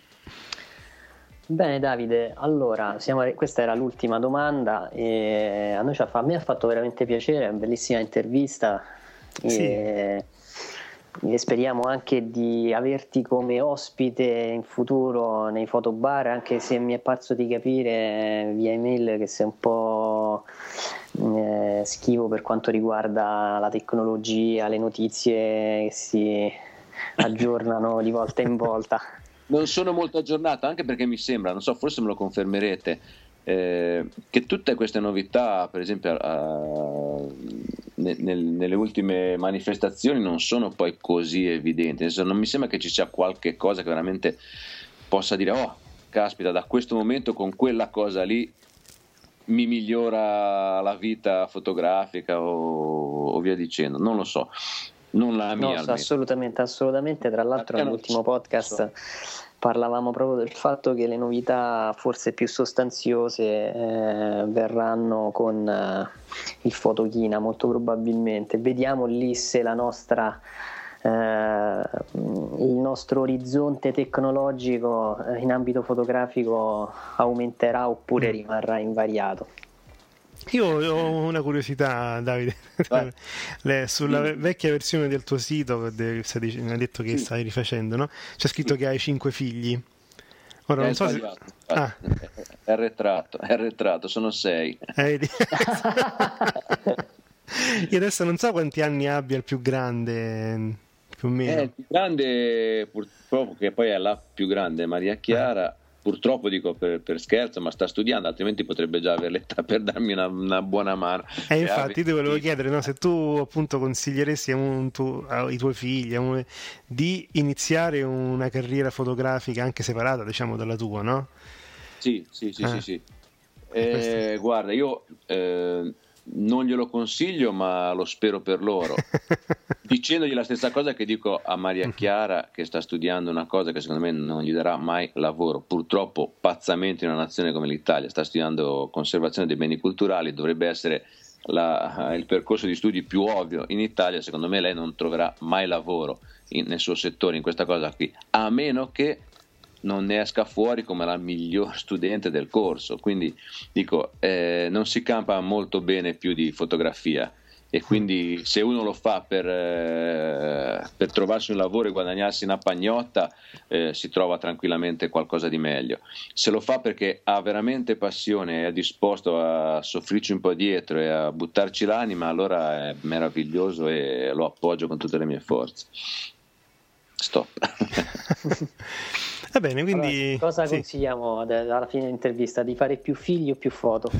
Bene Davide, allora questa era l'ultima domanda e a me ha fatto veramente piacere, è una bellissima intervista. Sì. E speriamo anche di averti come ospite in futuro nei fotobar, anche se mi è parso di capire via email che sei un po' schivo per quanto riguarda la tecnologia, le notizie che si aggiornano di volta in volta. Non sono molto aggiornato, anche perché mi sembra, non so, forse me lo confermerete, che tutte queste novità, per esempio nelle ultime manifestazioni, non sono poi così evidenti. Adesso non mi sembra che ci sia qualche cosa che veramente possa dire oh caspita, da questo momento con quella cosa lì mi migliora la vita fotografica o via dicendo, non lo so, non la mia. No, assolutamente. Tra l'altro nell'ultimo podcast parlavamo proprio del fatto che le novità forse più sostanziose verranno con il Photokina, molto probabilmente. Vediamo lì se la nostra il nostro orizzonte tecnologico in ambito fotografico aumenterà oppure rimarrà invariato. Io ho una curiosità, Davide, sulla vecchia versione del tuo sito che mi hai detto che stai rifacendo, no? C'è scritto che hai 5 figli. Ora non so se... È arretrato, sono 6. Io adesso non so quanti anni abbia il più grande, più o meno. Il più grande, purtroppo, che poi è la più grande, Maria Chiara, purtroppo dico per scherzo, ma sta studiando, altrimenti potrebbe già avere l'età per darmi una buona mano. Infatti ti volevo chiedere, no, se tu appunto consiglieresti ai tuoi figli di iniziare una carriera fotografica anche separata, diciamo, dalla tua, no? Sì. Guarda, io non glielo consiglio, ma lo spero per loro, dicendogli la stessa cosa che dico a Maria Chiara, che sta studiando una cosa che secondo me non gli darà mai lavoro, purtroppo pazzamente in una nazione come l'Italia. Sta studiando conservazione dei beni culturali, dovrebbe essere il percorso di studi più ovvio in Italia. Secondo me lei non troverà mai lavoro nel suo settore, in questa cosa qui, a meno che non ne esca fuori come la miglior studente del corso. Quindi dico, non si campa molto bene più di fotografia, e quindi se uno lo fa per trovarsi un lavoro e guadagnarsi una pagnotta, si trova tranquillamente qualcosa di meglio. Se lo fa perché ha veramente passione e è disposto a soffrirci un po' dietro e a buttarci l'anima, allora è meraviglioso e lo appoggio con tutte le mie forze. Stop. Va bene, quindi allora, cosa consigliamo alla fine dell'intervista? Di fare più figli o più foto?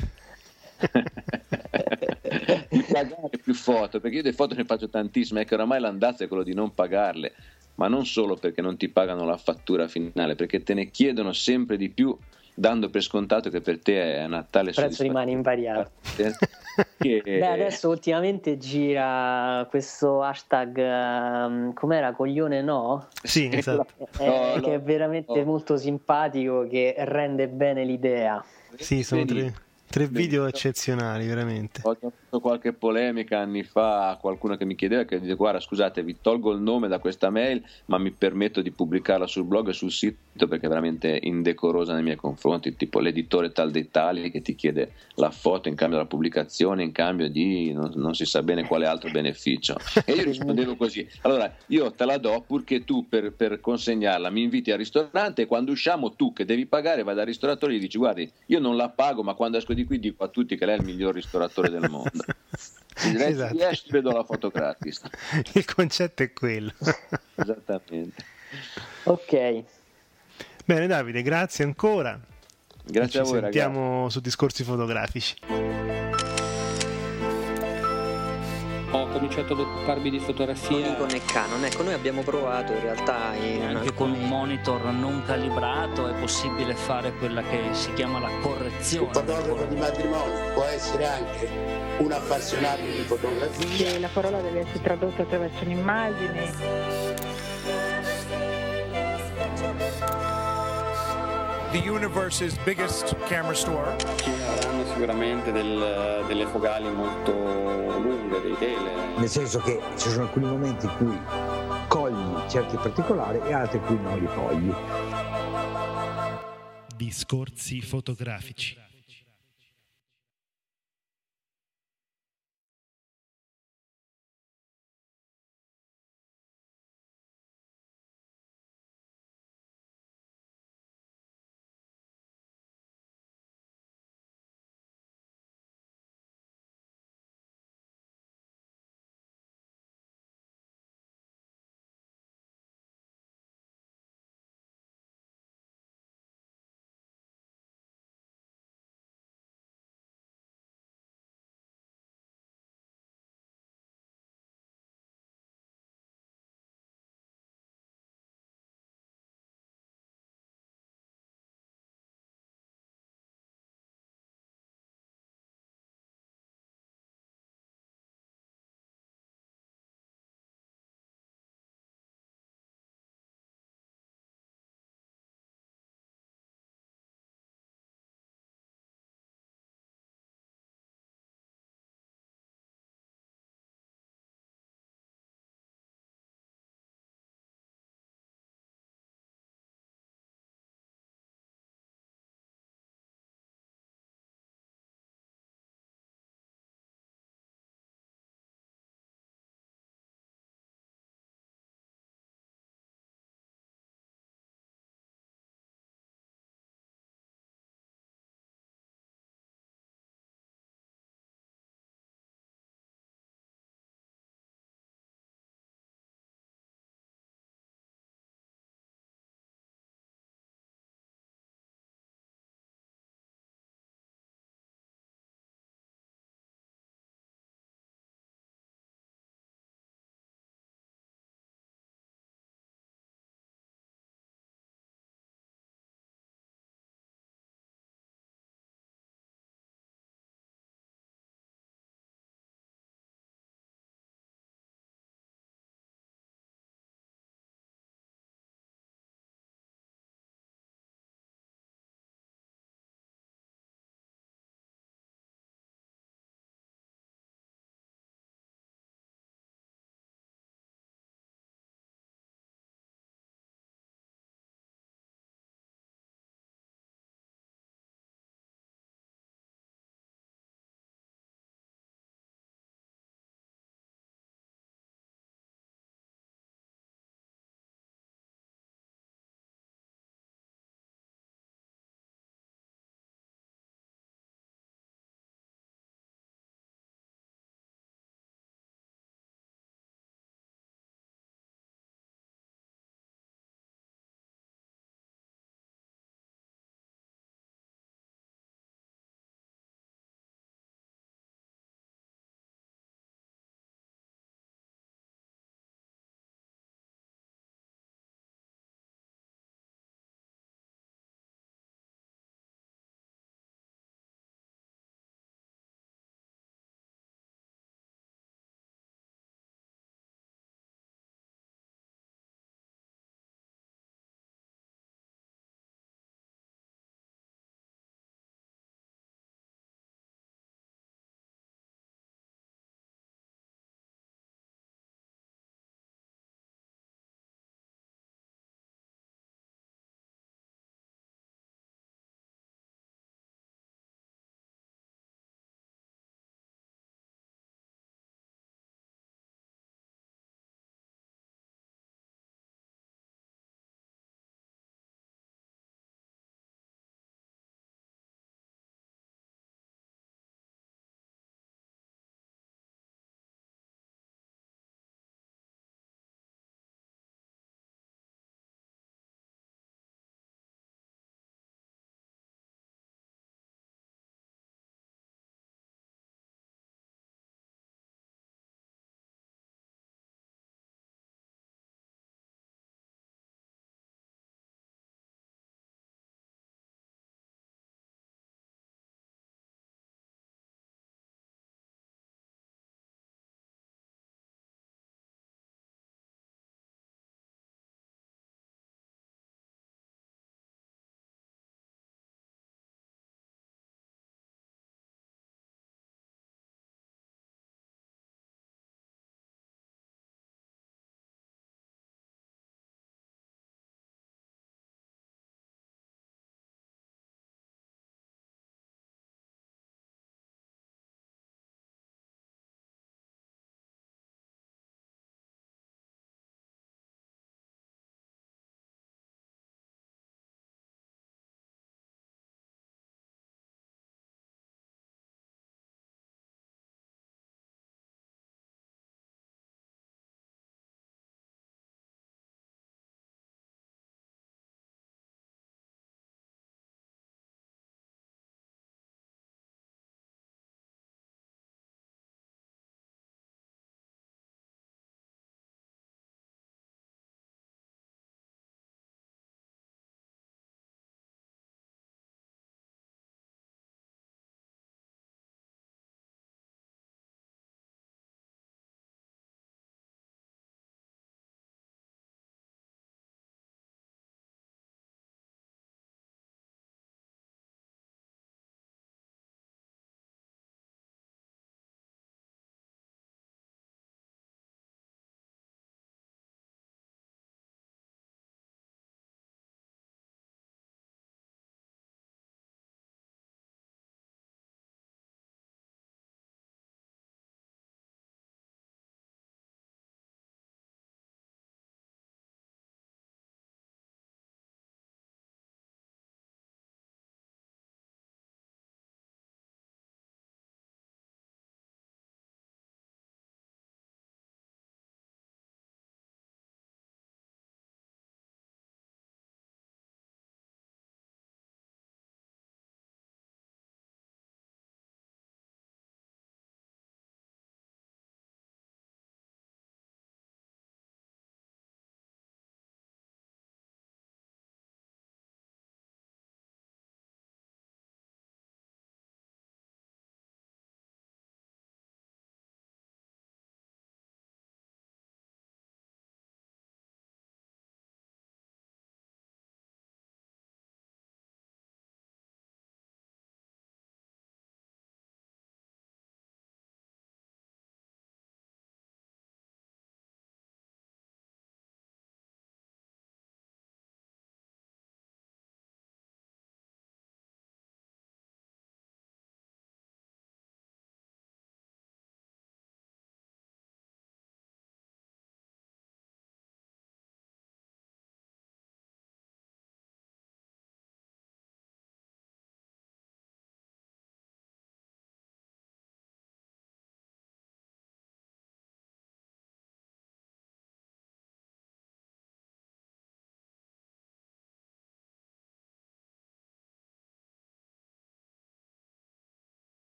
Di pagare più foto, perché io delle foto ne faccio tantissime, che oramai l'andazzo è quello di non pagarle, ma non solo perché non ti pagano la fattura finale, perché te ne chiedono sempre di più, dando per scontato che per te è una tale soddisfazione. Il prezzo rimane invariato. Adesso ultimamente gira questo hashtag, com'era, coglione no? Sì, esatto. Che è veramente molto simpatico, che rende bene l'idea. Sì, sono tre video eccezionali, veramente. Ho avuto qualche polemica anni fa a qualcuno che mi chiedeva, che dice: guarda, scusate, vi tolgo il nome da questa mail, ma mi permetto di pubblicarla sul blog e sul sito, perché è veramente indecorosa nei miei confronti, tipo l'editore tal dei tali che ti chiede la foto in cambio della pubblicazione, in cambio di non si sa bene quale altro beneficio. E io rispondevo così: allora io te la do, purché tu per consegnarla mi inviti al ristorante, e quando usciamo tu, che devi pagare, vai dal ristoratore e gli dici: guardi, io non la pago, ma quando esco di qui dico a tutti che lei è il miglior ristoratore del mondo. Esatto. Vedo la foto gratis. Il concetto è quello. Esattamente. Ok. Bene Davide, grazie ancora. Grazie a voi, ragazzi. Ci sentiamo su Discorsi Fotografici. Ho cominciato ad occuparmi di fotografia con il Canon. Ecco, noi abbiamo provato in realtà anche con un monitor non calibrato è possibile fare quella che si chiama la correzione. Un fotografo di matrimonio può essere anche un appassionato di fotografia. La parola deve essere tradotta attraverso un'immagine. The universe's biggest camera store. Ci avranno sicuramente delle focali molto lunghe, dei tele. Nel senso che ci sono alcuni momenti in cui cogli certi particolari e altri in cui non li cogli. Discorsi fotografici.